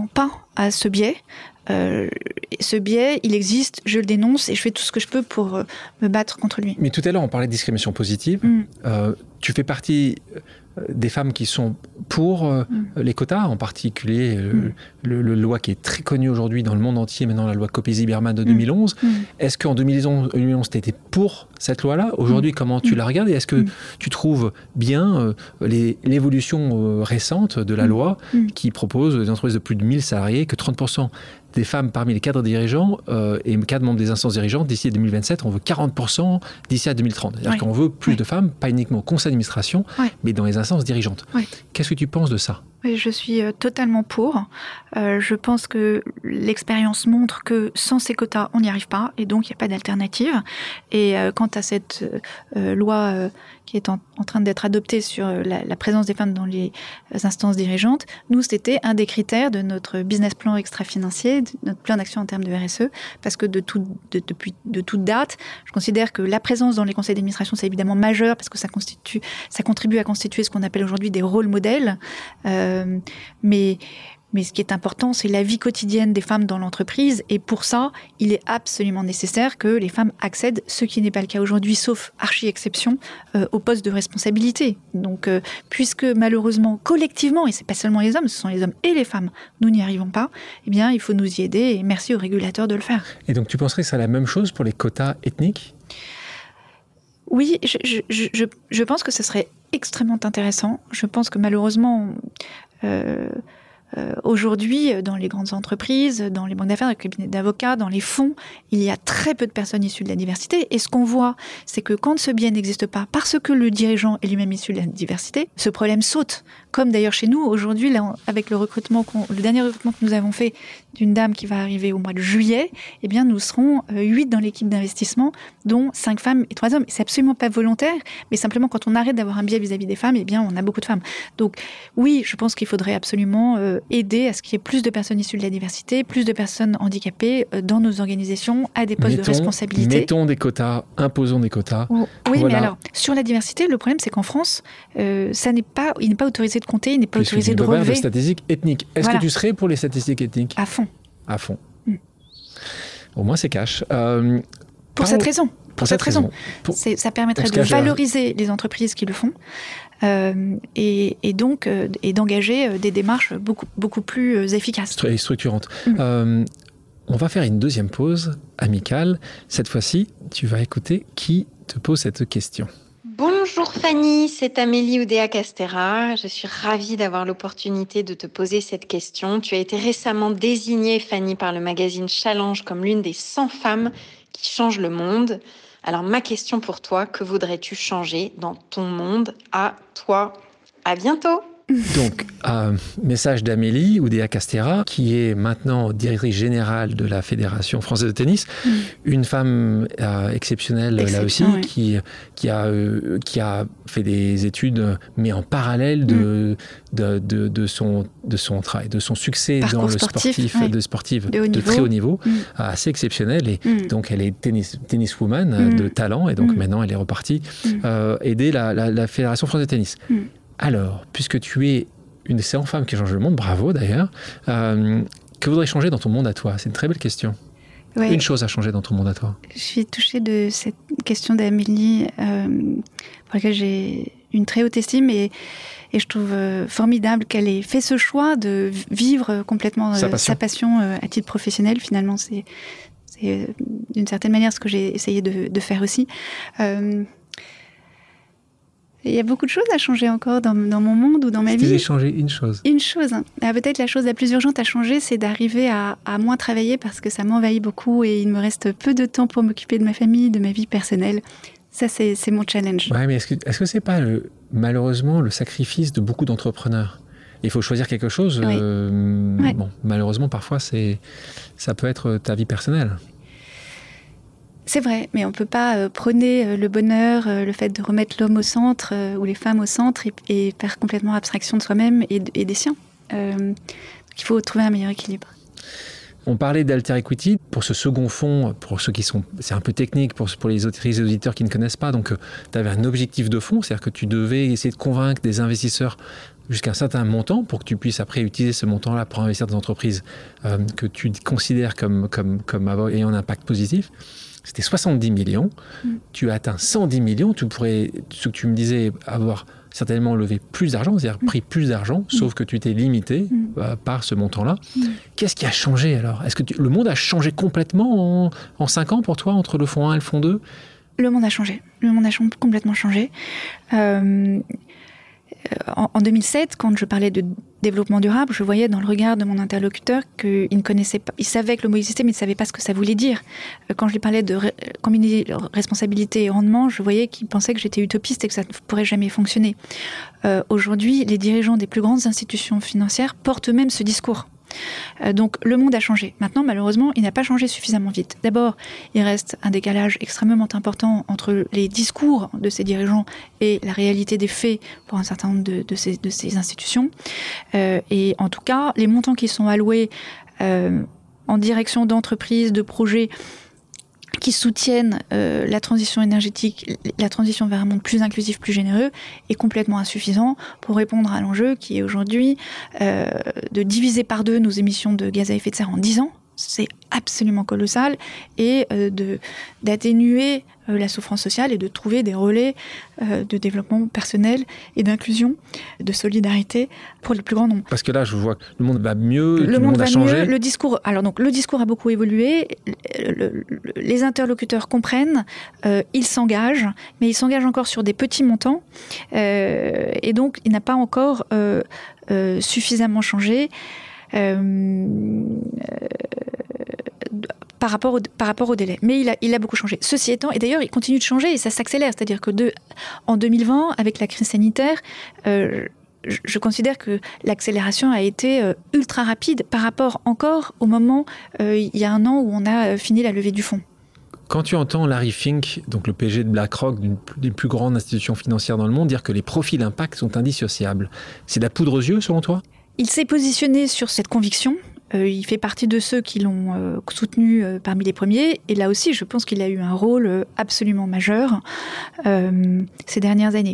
à ce biais. Ce biais, il existe, je le dénonce et je fais tout ce que je peux pour me battre contre lui. Mais tout à l'heure, on parlait de discrimination positive. Tu fais partie des femmes qui sont pour les quotas, en particulier le loi qui est très connue aujourd'hui dans le monde entier, maintenant la loi Copé-Zimmermann de 2011. Est-ce qu'en 2011 tu étais pour cette loi-là? Aujourd'hui, comment tu la regardes? Et est-ce que tu trouves bien l'évolution récente de la loi qui propose des entreprises de plus de 1000 salariés, que 30% des femmes parmi les cadres dirigeants et cadres membres des instances dirigeantes d'ici à 2027, on veut 40% d'ici à 2030. C'est-à-dire qu'on veut plus de femmes, pas uniquement au conseil d'administration, mais dans les instances dirigeantes. Qu'est-ce que tu penses de ça? Oui, je suis totalement pour. Je pense que l'expérience montre que sans ces quotas, on n'y arrive pas, et donc il n'y a pas d'alternative. Et quant à cette loi qui est en train d'être adoptée sur la présence des femmes dans les instances dirigeantes, nous, c'était un des critères de notre business plan extra-financier, de notre plan d'action en termes de RSE, parce que de toute date, je considère que la présence dans les conseils d'administration, c'est évidemment majeur, parce que ça contribue à constituer ce qu'on appelle aujourd'hui des rôles modèles. Mais ce qui est important, c'est la vie quotidienne des femmes dans l'entreprise. Et pour ça, il est absolument nécessaire que les femmes accèdent, ce qui n'est pas le cas aujourd'hui, sauf archi-exception, aux postes de responsabilité. Donc, puisque malheureusement, collectivement, et c'est pas seulement les hommes, ce sont les hommes et les femmes, nous n'y arrivons pas, eh bien, il faut nous y aider et merci aux régulateurs de le faire. Et donc, tu penserais que c'est la même chose pour les quotas ethniques ? Oui, je pense que ce serait extrêmement intéressant. Je pense que malheureusement, aujourd'hui, dans les grandes entreprises, dans les banques d'affaires, dans les cabinets d'avocats, dans les fonds, il y a très peu de personnes issues de la diversité. Et ce qu'on voit, c'est que quand ce biais n'existe pas, parce que le dirigeant est lui-même issu de la diversité, ce problème saute. Comme d'ailleurs chez nous, aujourd'hui, là, avec le dernier recrutement que nous avons fait d'une dame qui va arriver au mois de juillet, eh bien, nous serons 8 dans l'équipe d'investissement, dont 5 femmes et 3 hommes. C'est absolument pas volontaire, mais simplement quand on arrête d'avoir un biais vis-à-vis des femmes, eh bien, on a beaucoup de femmes. Donc, oui, je pense qu'il faudrait absolument aider à ce qu'il y ait plus de personnes issues de la diversité, plus de personnes handicapées dans nos organisations, à des postes de responsabilité. Mettons des quotas, imposons des quotas. Oui, voilà. Mais alors, sur la diversité, le problème, c'est qu'en France, il n'est pas autorisé de compter, il n'est pas autorisé de relever. Les statistiques ethniques. Est-ce que tu serais pour les statistiques ethniques ? À fond. À fond. Au moins, c'est cash. Pour cette raison. Ça permettrait de valoriser les entreprises qui le font et donc d'engager des démarches beaucoup plus efficaces. Et structurantes. On va faire une deuxième pause amicale. Cette fois-ci, tu vas écouter qui te pose cette question. Bonjour Fanny, c'est Amélie Oudéa-Castéra. Je suis ravie d'avoir l'opportunité de te poser cette question. Tu as été récemment désignée, Fanny, par le magazine Challenge comme l'une des 100 femmes qui changent le monde. Alors ma question pour toi, que voudrais-tu changer dans ton monde à toi ? À bientôt. Donc, message d'Amélie Oudéa-Castéra, qui est maintenant directrice générale de la Fédération française de tennis, une femme exceptionnelle là aussi, oui. qui a fait des études, mais en parallèle de son travail, de son succès dans le sportif de très haut niveau, assez exceptionnel. Et donc, elle est tenniswoman de talent, et donc maintenant, elle est repartie aider la Fédération française de tennis. Alors, puisque tu es une des 100 femmes qui changent le monde, bravo d'ailleurs, que voudrais changer dans ton monde à toi ? C'est une très belle question. Ouais. Une chose à changer dans ton monde à toi. Je suis touchée de cette question d'Amélie, pour laquelle j'ai une très haute estime et je trouve formidable qu'elle ait fait ce choix de vivre complètement sa passion à titre professionnel. Finalement, c'est d'une certaine manière ce que j'ai essayé de faire aussi. Il y a beaucoup de choses à changer encore dans mon monde ou dans ma vie. Tu devais changer une chose. Une chose. Peut-être la chose la plus urgente à changer, c'est d'arriver à moins travailler parce que ça m'envahit beaucoup et il me reste peu de temps pour m'occuper de ma famille, de ma vie personnelle. Ça, c'est mon challenge. Ouais, mais est-ce que c'est pas malheureusement le sacrifice de beaucoup d'entrepreneurs ? Il faut choisir quelque chose. Oui. Bon, malheureusement, parfois, ça peut être ta vie personnelle. C'est vrai, mais on ne peut pas prôner le bonheur, le fait de remettre l'homme au centre ou les femmes au centre et faire complètement abstraction de soi-même et des siens. Donc il faut trouver un meilleur équilibre. On parlait d'Alter Equity. Pour ce second fonds, pour ceux qui sont... C'est un peu technique pour les auditrices et auditeurs qui ne connaissent pas. Donc, tu avais un objectif de fonds, c'est-à-dire que tu devais essayer de convaincre des investisseurs jusqu'à un certain montant pour que tu puisses après utiliser ce montant-là pour investir dans des entreprises que tu considères comme ayant un impact positif. C'était 70 millions. Tu as atteint 110 millions. Tu pourrais, ce que tu me disais, avoir certainement levé plus d'argent, c'est-à-dire pris plus d'argent, sauf que tu t'es limité par ce montant-là. Qu'est-ce qui a changé alors ? Est-ce que le monde a changé complètement en 5 ans pour toi, entre le fonds 1 et le fonds 2 ? Le monde a changé. Le monde a complètement changé. En 2007, quand je parlais de développement durable, je voyais dans le regard de mon interlocuteur qu'il ne connaissait pas, il savait que le mot existait, mais il ne savait pas ce que ça voulait dire. Quand je lui parlais de combiner responsabilité et rendement, je voyais qu'il pensait que j'étais utopiste et que ça ne pourrait jamais fonctionner. Aujourd'hui, les dirigeants des plus grandes institutions financières portent eux-mêmes ce discours. Donc le monde a changé. Maintenant, malheureusement, il n'a pas changé suffisamment vite. D'abord, il reste un décalage extrêmement important entre les discours de ces dirigeants et la réalité des faits pour un certain nombre de ces institutions. Et en tout cas, les montants qui sont alloués en direction d'entreprises, de projets qui soutiennent la transition énergétique, la transition vers un monde plus inclusif, plus généreux, est complètement insuffisant pour répondre à l'enjeu qui est aujourd'hui de diviser par 2 nos émissions de gaz à effet de serre en 10 ans. C'est absolument colossal, et d'atténuer la souffrance sociale et de trouver des relais de développement personnel et d'inclusion, de solidarité pour le plus grand nombre. Parce que là, je vois que le monde va mieux, le monde a va changé. Mieux, le discours a beaucoup évolué, les interlocuteurs comprennent, ils s'engagent, mais ils s'engagent encore sur des petits montants, et donc il n'a pas encore suffisamment changé. Par rapport au délai. Mais il a beaucoup changé. Ceci étant, et d'ailleurs, il continue de changer et ça s'accélère. C'est-à-dire que en 2020, avec la crise sanitaire, je considère que l'accélération a été ultra rapide par rapport encore au moment, il y a 1 an, où on a fini la levée du fonds. Quand tu entends Larry Fink, donc le PG de BlackRock, d'une des plus grandes institutions financières dans le monde, dire que les profits d'impact sont indissociables, c'est de la poudre aux yeux selon toi ? Il s'est positionné sur cette conviction. Il fait partie de ceux qui l'ont soutenu parmi les premiers. Et là aussi, je pense qu'il a eu un rôle absolument majeur ces dernières années.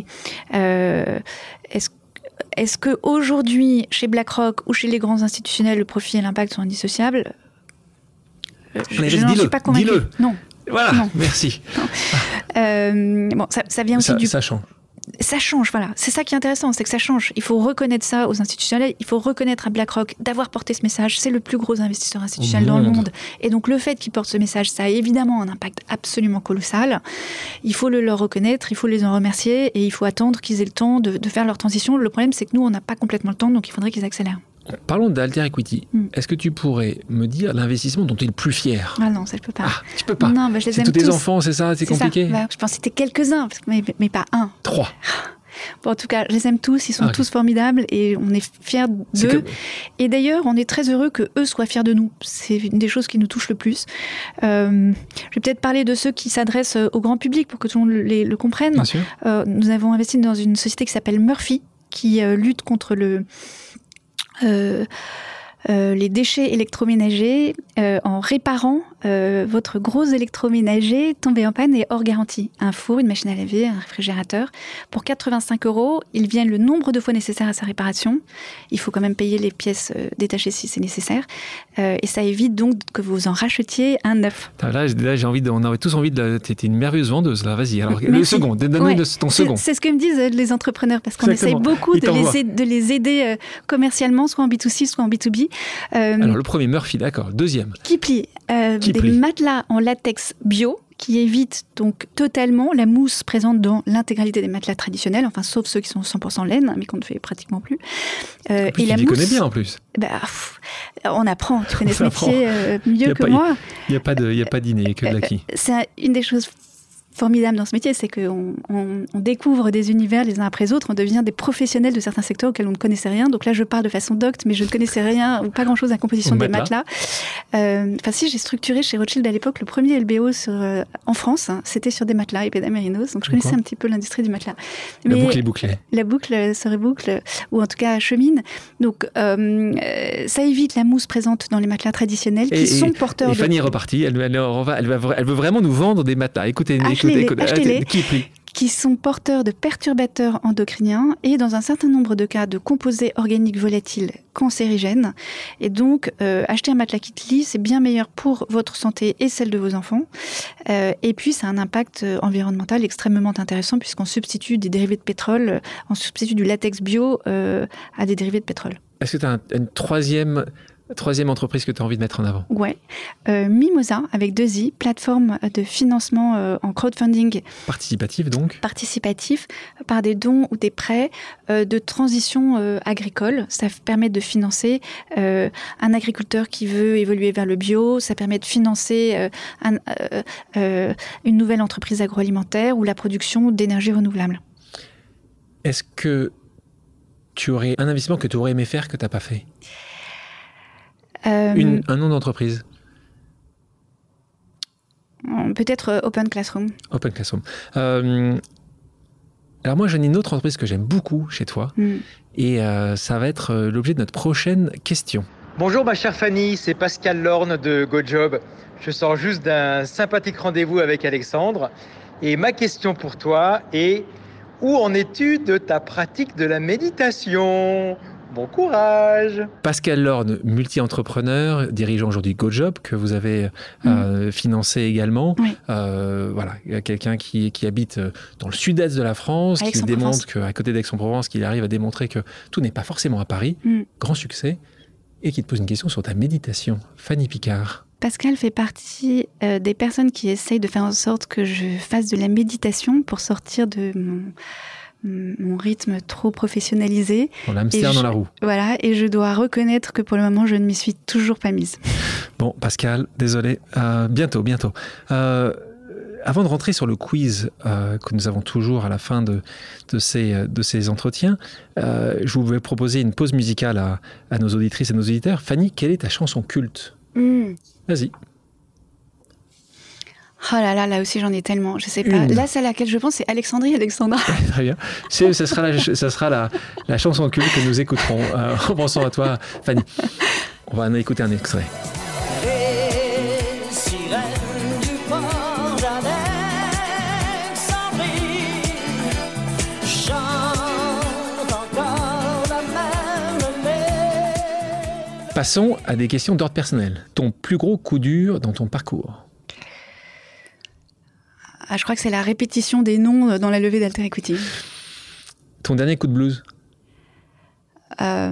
Est-ce qu'aujourd'hui, chez BlackRock ou chez les grands institutionnels, le profit et l'impact sont indissociables ? Je n'en suis pas convaincue. Dis-le. Non. Voilà, non. Merci. Bon, ça vient aussi Ça change. Ça change, voilà. C'est ça qui est intéressant, c'est que ça change. Il faut reconnaître ça aux institutionnels, il faut reconnaître à BlackRock d'avoir porté ce message. C'est le plus gros investisseur institutionnel dans le monde. Et donc le fait qu'il porte ce message, ça a évidemment un impact absolument colossal. Il faut le leur reconnaître, il faut les en remercier, et il faut attendre qu'ils aient le temps de faire leur transition. Le problème, c'est que nous, on n'a pas complètement le temps, donc il faudrait qu'ils accélèrent. Parlons d'Alter Equity. Est-ce que tu pourrais me dire l'investissement dont tu es le plus fier ? Ah non, ça je peux pas. Ah, tu peux pas. Non, je les c'est aime tous tous. tes enfants, c'est ça ? C'est compliqué ? Ça. Je pense citer quelques-uns, mais pas un. 3. Bon, en tout cas, je les aime tous, ils sont tous formidables et on est fiers d'eux. Et d'ailleurs, on est très heureux qu'eux soient fiers de nous. C'est une des choses qui nous touche le plus. Je vais peut-être parler de ceux qui s'adressent au grand public pour que tout le monde le comprenne. Bien sûr. Nous avons investi dans une société qui s'appelle Murphy, qui lutte contre les déchets électroménagers en réparant votre gros électroménager tombé en panne et hors garantie. Un four, une machine à laver, un réfrigérateur. Pour 85 €, ils viennent le nombre de fois nécessaire à sa réparation. Il faut quand même payer les pièces détachées si c'est nécessaire. Et ça évite donc que vous en rachetiez un neuf. Là, on avait tous envie de... T'étais une merveilleuse vendeuse, là. Vas-y. Alors, le second, donne-nous ton second. C'est ce que me disent les entrepreneurs, parce qu'on essaye beaucoup de les aider commercialement, soit en B2C, soit en B2B. Alors, le premier, Murphy, d'accord. Deuxième. Kipli. Des matelas en latex bio qui évitent donc totalement la mousse présente dans l'intégralité des matelas traditionnels, enfin sauf ceux qui sont 100% laine, mais qu'on ne fait pratiquement plus. Et la mousse, connais bien en plus. On apprend, tu connais ce métier mieux que moi. Il n'y a pas d'inné, que de l'acquis. C'est une des choses formidable dans ce métier, c'est qu'on découvre des univers les uns après les autres, on devient des professionnels de certains secteurs auxquels on ne connaissait rien. Donc là, je parle de façon docte, mais je ne connaissais rien ou pas grand-chose à la composition des matelas. Si, j'ai structuré chez Rothschild à l'époque le premier LBO en France, c'était sur des matelas Epeda Merinos, donc je connaissais un petit peu l'industrie du matelas. La boucle est bouclée. La boucle se reboucle, ou en tout cas chemine. Donc ça évite la mousse présente dans les matelas traditionnels qui sont porteurs de... Et Fanny est repartie, elle veut vraiment nous vendre des matelas. Écoutez, achetez-les. qui sont porteurs de perturbateurs endocriniens et dans un certain nombre de cas de composés organiques volatiles cancérigènes. Et donc, acheter un matelas Kitli, c'est bien meilleur pour votre santé et celle de vos enfants. Et puis, ça a un impact environnemental extrêmement intéressant puisqu'on substitue des dérivés de pétrole, on substitue du latex bio à des dérivés de pétrole. Est-ce que tu as une troisième entreprise que tu as envie de mettre en avant? Ouais. Mimosa, avec 2 I, plateforme de financement en crowdfunding. Participatif, donc? Participatif, par des dons ou des prêts de transition agricole. Ça permet de financer un agriculteur qui veut évoluer vers le bio. Ça permet de financer une nouvelle entreprise agroalimentaire ou la production d'énergie renouvelable. Est-ce que tu aurais un investissement que tu aurais aimé faire que tu n'as pas fait? Un nom d'entreprise. Peut-être Open Classroom. Open Classroom. Alors moi, j'en ai une autre entreprise que j'aime beaucoup chez toi. Et ça va être l'objet de notre prochaine question. Bonjour ma chère Fanny, c'est Pascal Lorne de GoJob. Je sors juste d'un sympathique rendez-vous avec Alexandre. Et ma question pour toi est: où en es-tu de ta pratique de la méditation ? Bon courage! Pascal Lorne, multi-entrepreneur, dirigeant aujourd'hui GoJob, que vous avez financé également. Oui. Voilà, quelqu'un qui habite dans le sud-est de la France, qui démontre qu'à côté d'Aix-en-Provence, qu'il arrive à démontrer que tout n'est pas forcément à Paris. Grand succès. Et qui te pose une question sur ta méditation. Fanny Picard. Pascal fait partie des personnes qui essayent de faire en sorte que je fasse de la méditation pour sortir de mon rythme trop professionnalisé. Bon, l'hamster dans la roue. Voilà, et je dois reconnaître que pour le moment, je ne m'y suis toujours pas mise. Bon, Pascal, désolé. Bientôt. Avant de rentrer sur le quiz que nous avons toujours à la fin de ces entretiens, je voulais proposer une pause musicale à nos auditrices et nos auditeurs. Fanny, quelle est ta chanson culte ? Vas-y. Oh là aussi j'en ai tellement, je sais pas. Là, celle à laquelle je pense, c'est Alexandra. Très bien. Ça sera la chanson culte que nous écouterons. En pensant à toi, Fanny. On va en écouter un extrait. Les sirènes du port d'Alexandrie chantent encore la même mélodie. Passons à des questions d'ordre personnel. Ton plus gros coup dur dans ton parcours? Je crois que c'est la répétition des noms dans la levée d'Alter Equity. Ton dernier coup de blues? Quand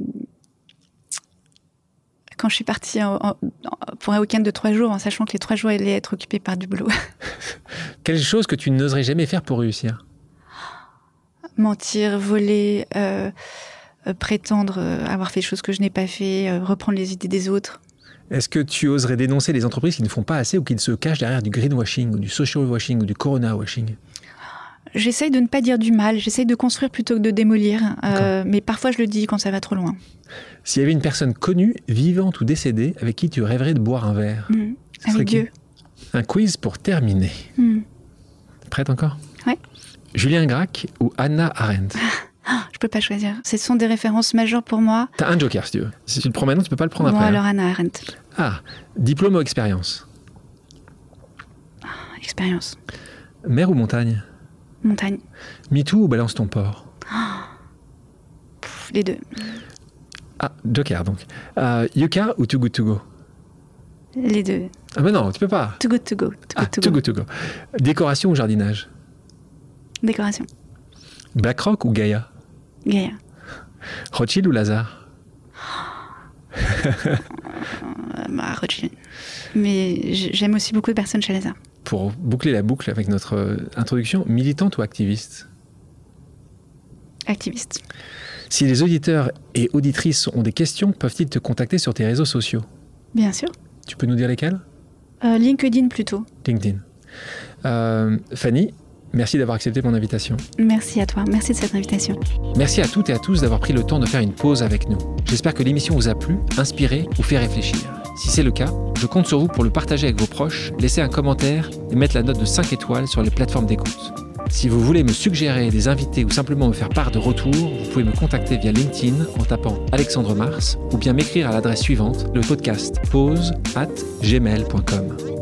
je suis partie pour un week-end de 3 jours, en sachant que les 3 jours allaient être occupés par du boulot. Quelque chose que tu n'oserais jamais faire pour réussir? Mentir, voler, prétendre avoir fait des choses que je n'ai pas fait, reprendre les idées des autres. Est-ce que tu oserais dénoncer les entreprises qui ne font pas assez ou qui se cachent derrière du greenwashing ou du social washing ou du corona washing? J'essaye de ne pas dire du mal, j'essaye de construire plutôt que de démolir, mais parfois je le dis quand ça va trop loin. S'il y avait une personne connue, vivante ou décédée, avec qui tu rêverais de boire un verre? Avec Dieu. Un quiz pour terminer. Prête encore? Ouais. Julien Gracq ou Hannah Arendt? Je peux pas choisir. Ce sont des références majeures pour moi. T'as un joker si tu veux. Si tu le prends maintenant, tu peux pas le prendre après. Alors Hannah Arendt. Diplôme ou expérience? Expérience. Mer ou montagne? Montagne. MeToo ou Balance ton porc? Les deux. Joker donc. Yuka ou Too Good To Go? Les deux. Mais non, tu peux pas. Too Good To Go. Too Good To Go. Décoration ou jardinage? Décoration. BlackRock ou Gaïa? Gaïa. Rothschild ou Lazare? Rothschild. Mais j'aime aussi beaucoup de personnes chez Lazare. Pour boucler la boucle avec notre introduction, militante ou activiste? Activiste. Si les auditeurs et auditrices ont des questions, peuvent-ils te contacter sur tes réseaux sociaux? Bien sûr. Tu peux nous dire lesquels? LinkedIn plutôt. LinkedIn. Fanny, merci d'avoir accepté mon invitation. Merci à toi, merci de cette invitation. Merci à toutes et à tous d'avoir pris le temps de faire une pause avec nous. J'espère que l'émission vous a plu, inspiré ou fait réfléchir. Si c'est le cas, je compte sur vous pour le partager avec vos proches, laisser un commentaire et mettre la note de 5 étoiles sur les plateformes d'écoute. Si vous voulez me suggérer des invités ou simplement me faire part de retours, vous pouvez me contacter via LinkedIn en tapant Alexandre Mars ou bien m'écrire à l'adresse suivante, le podcast pause@gmail.com.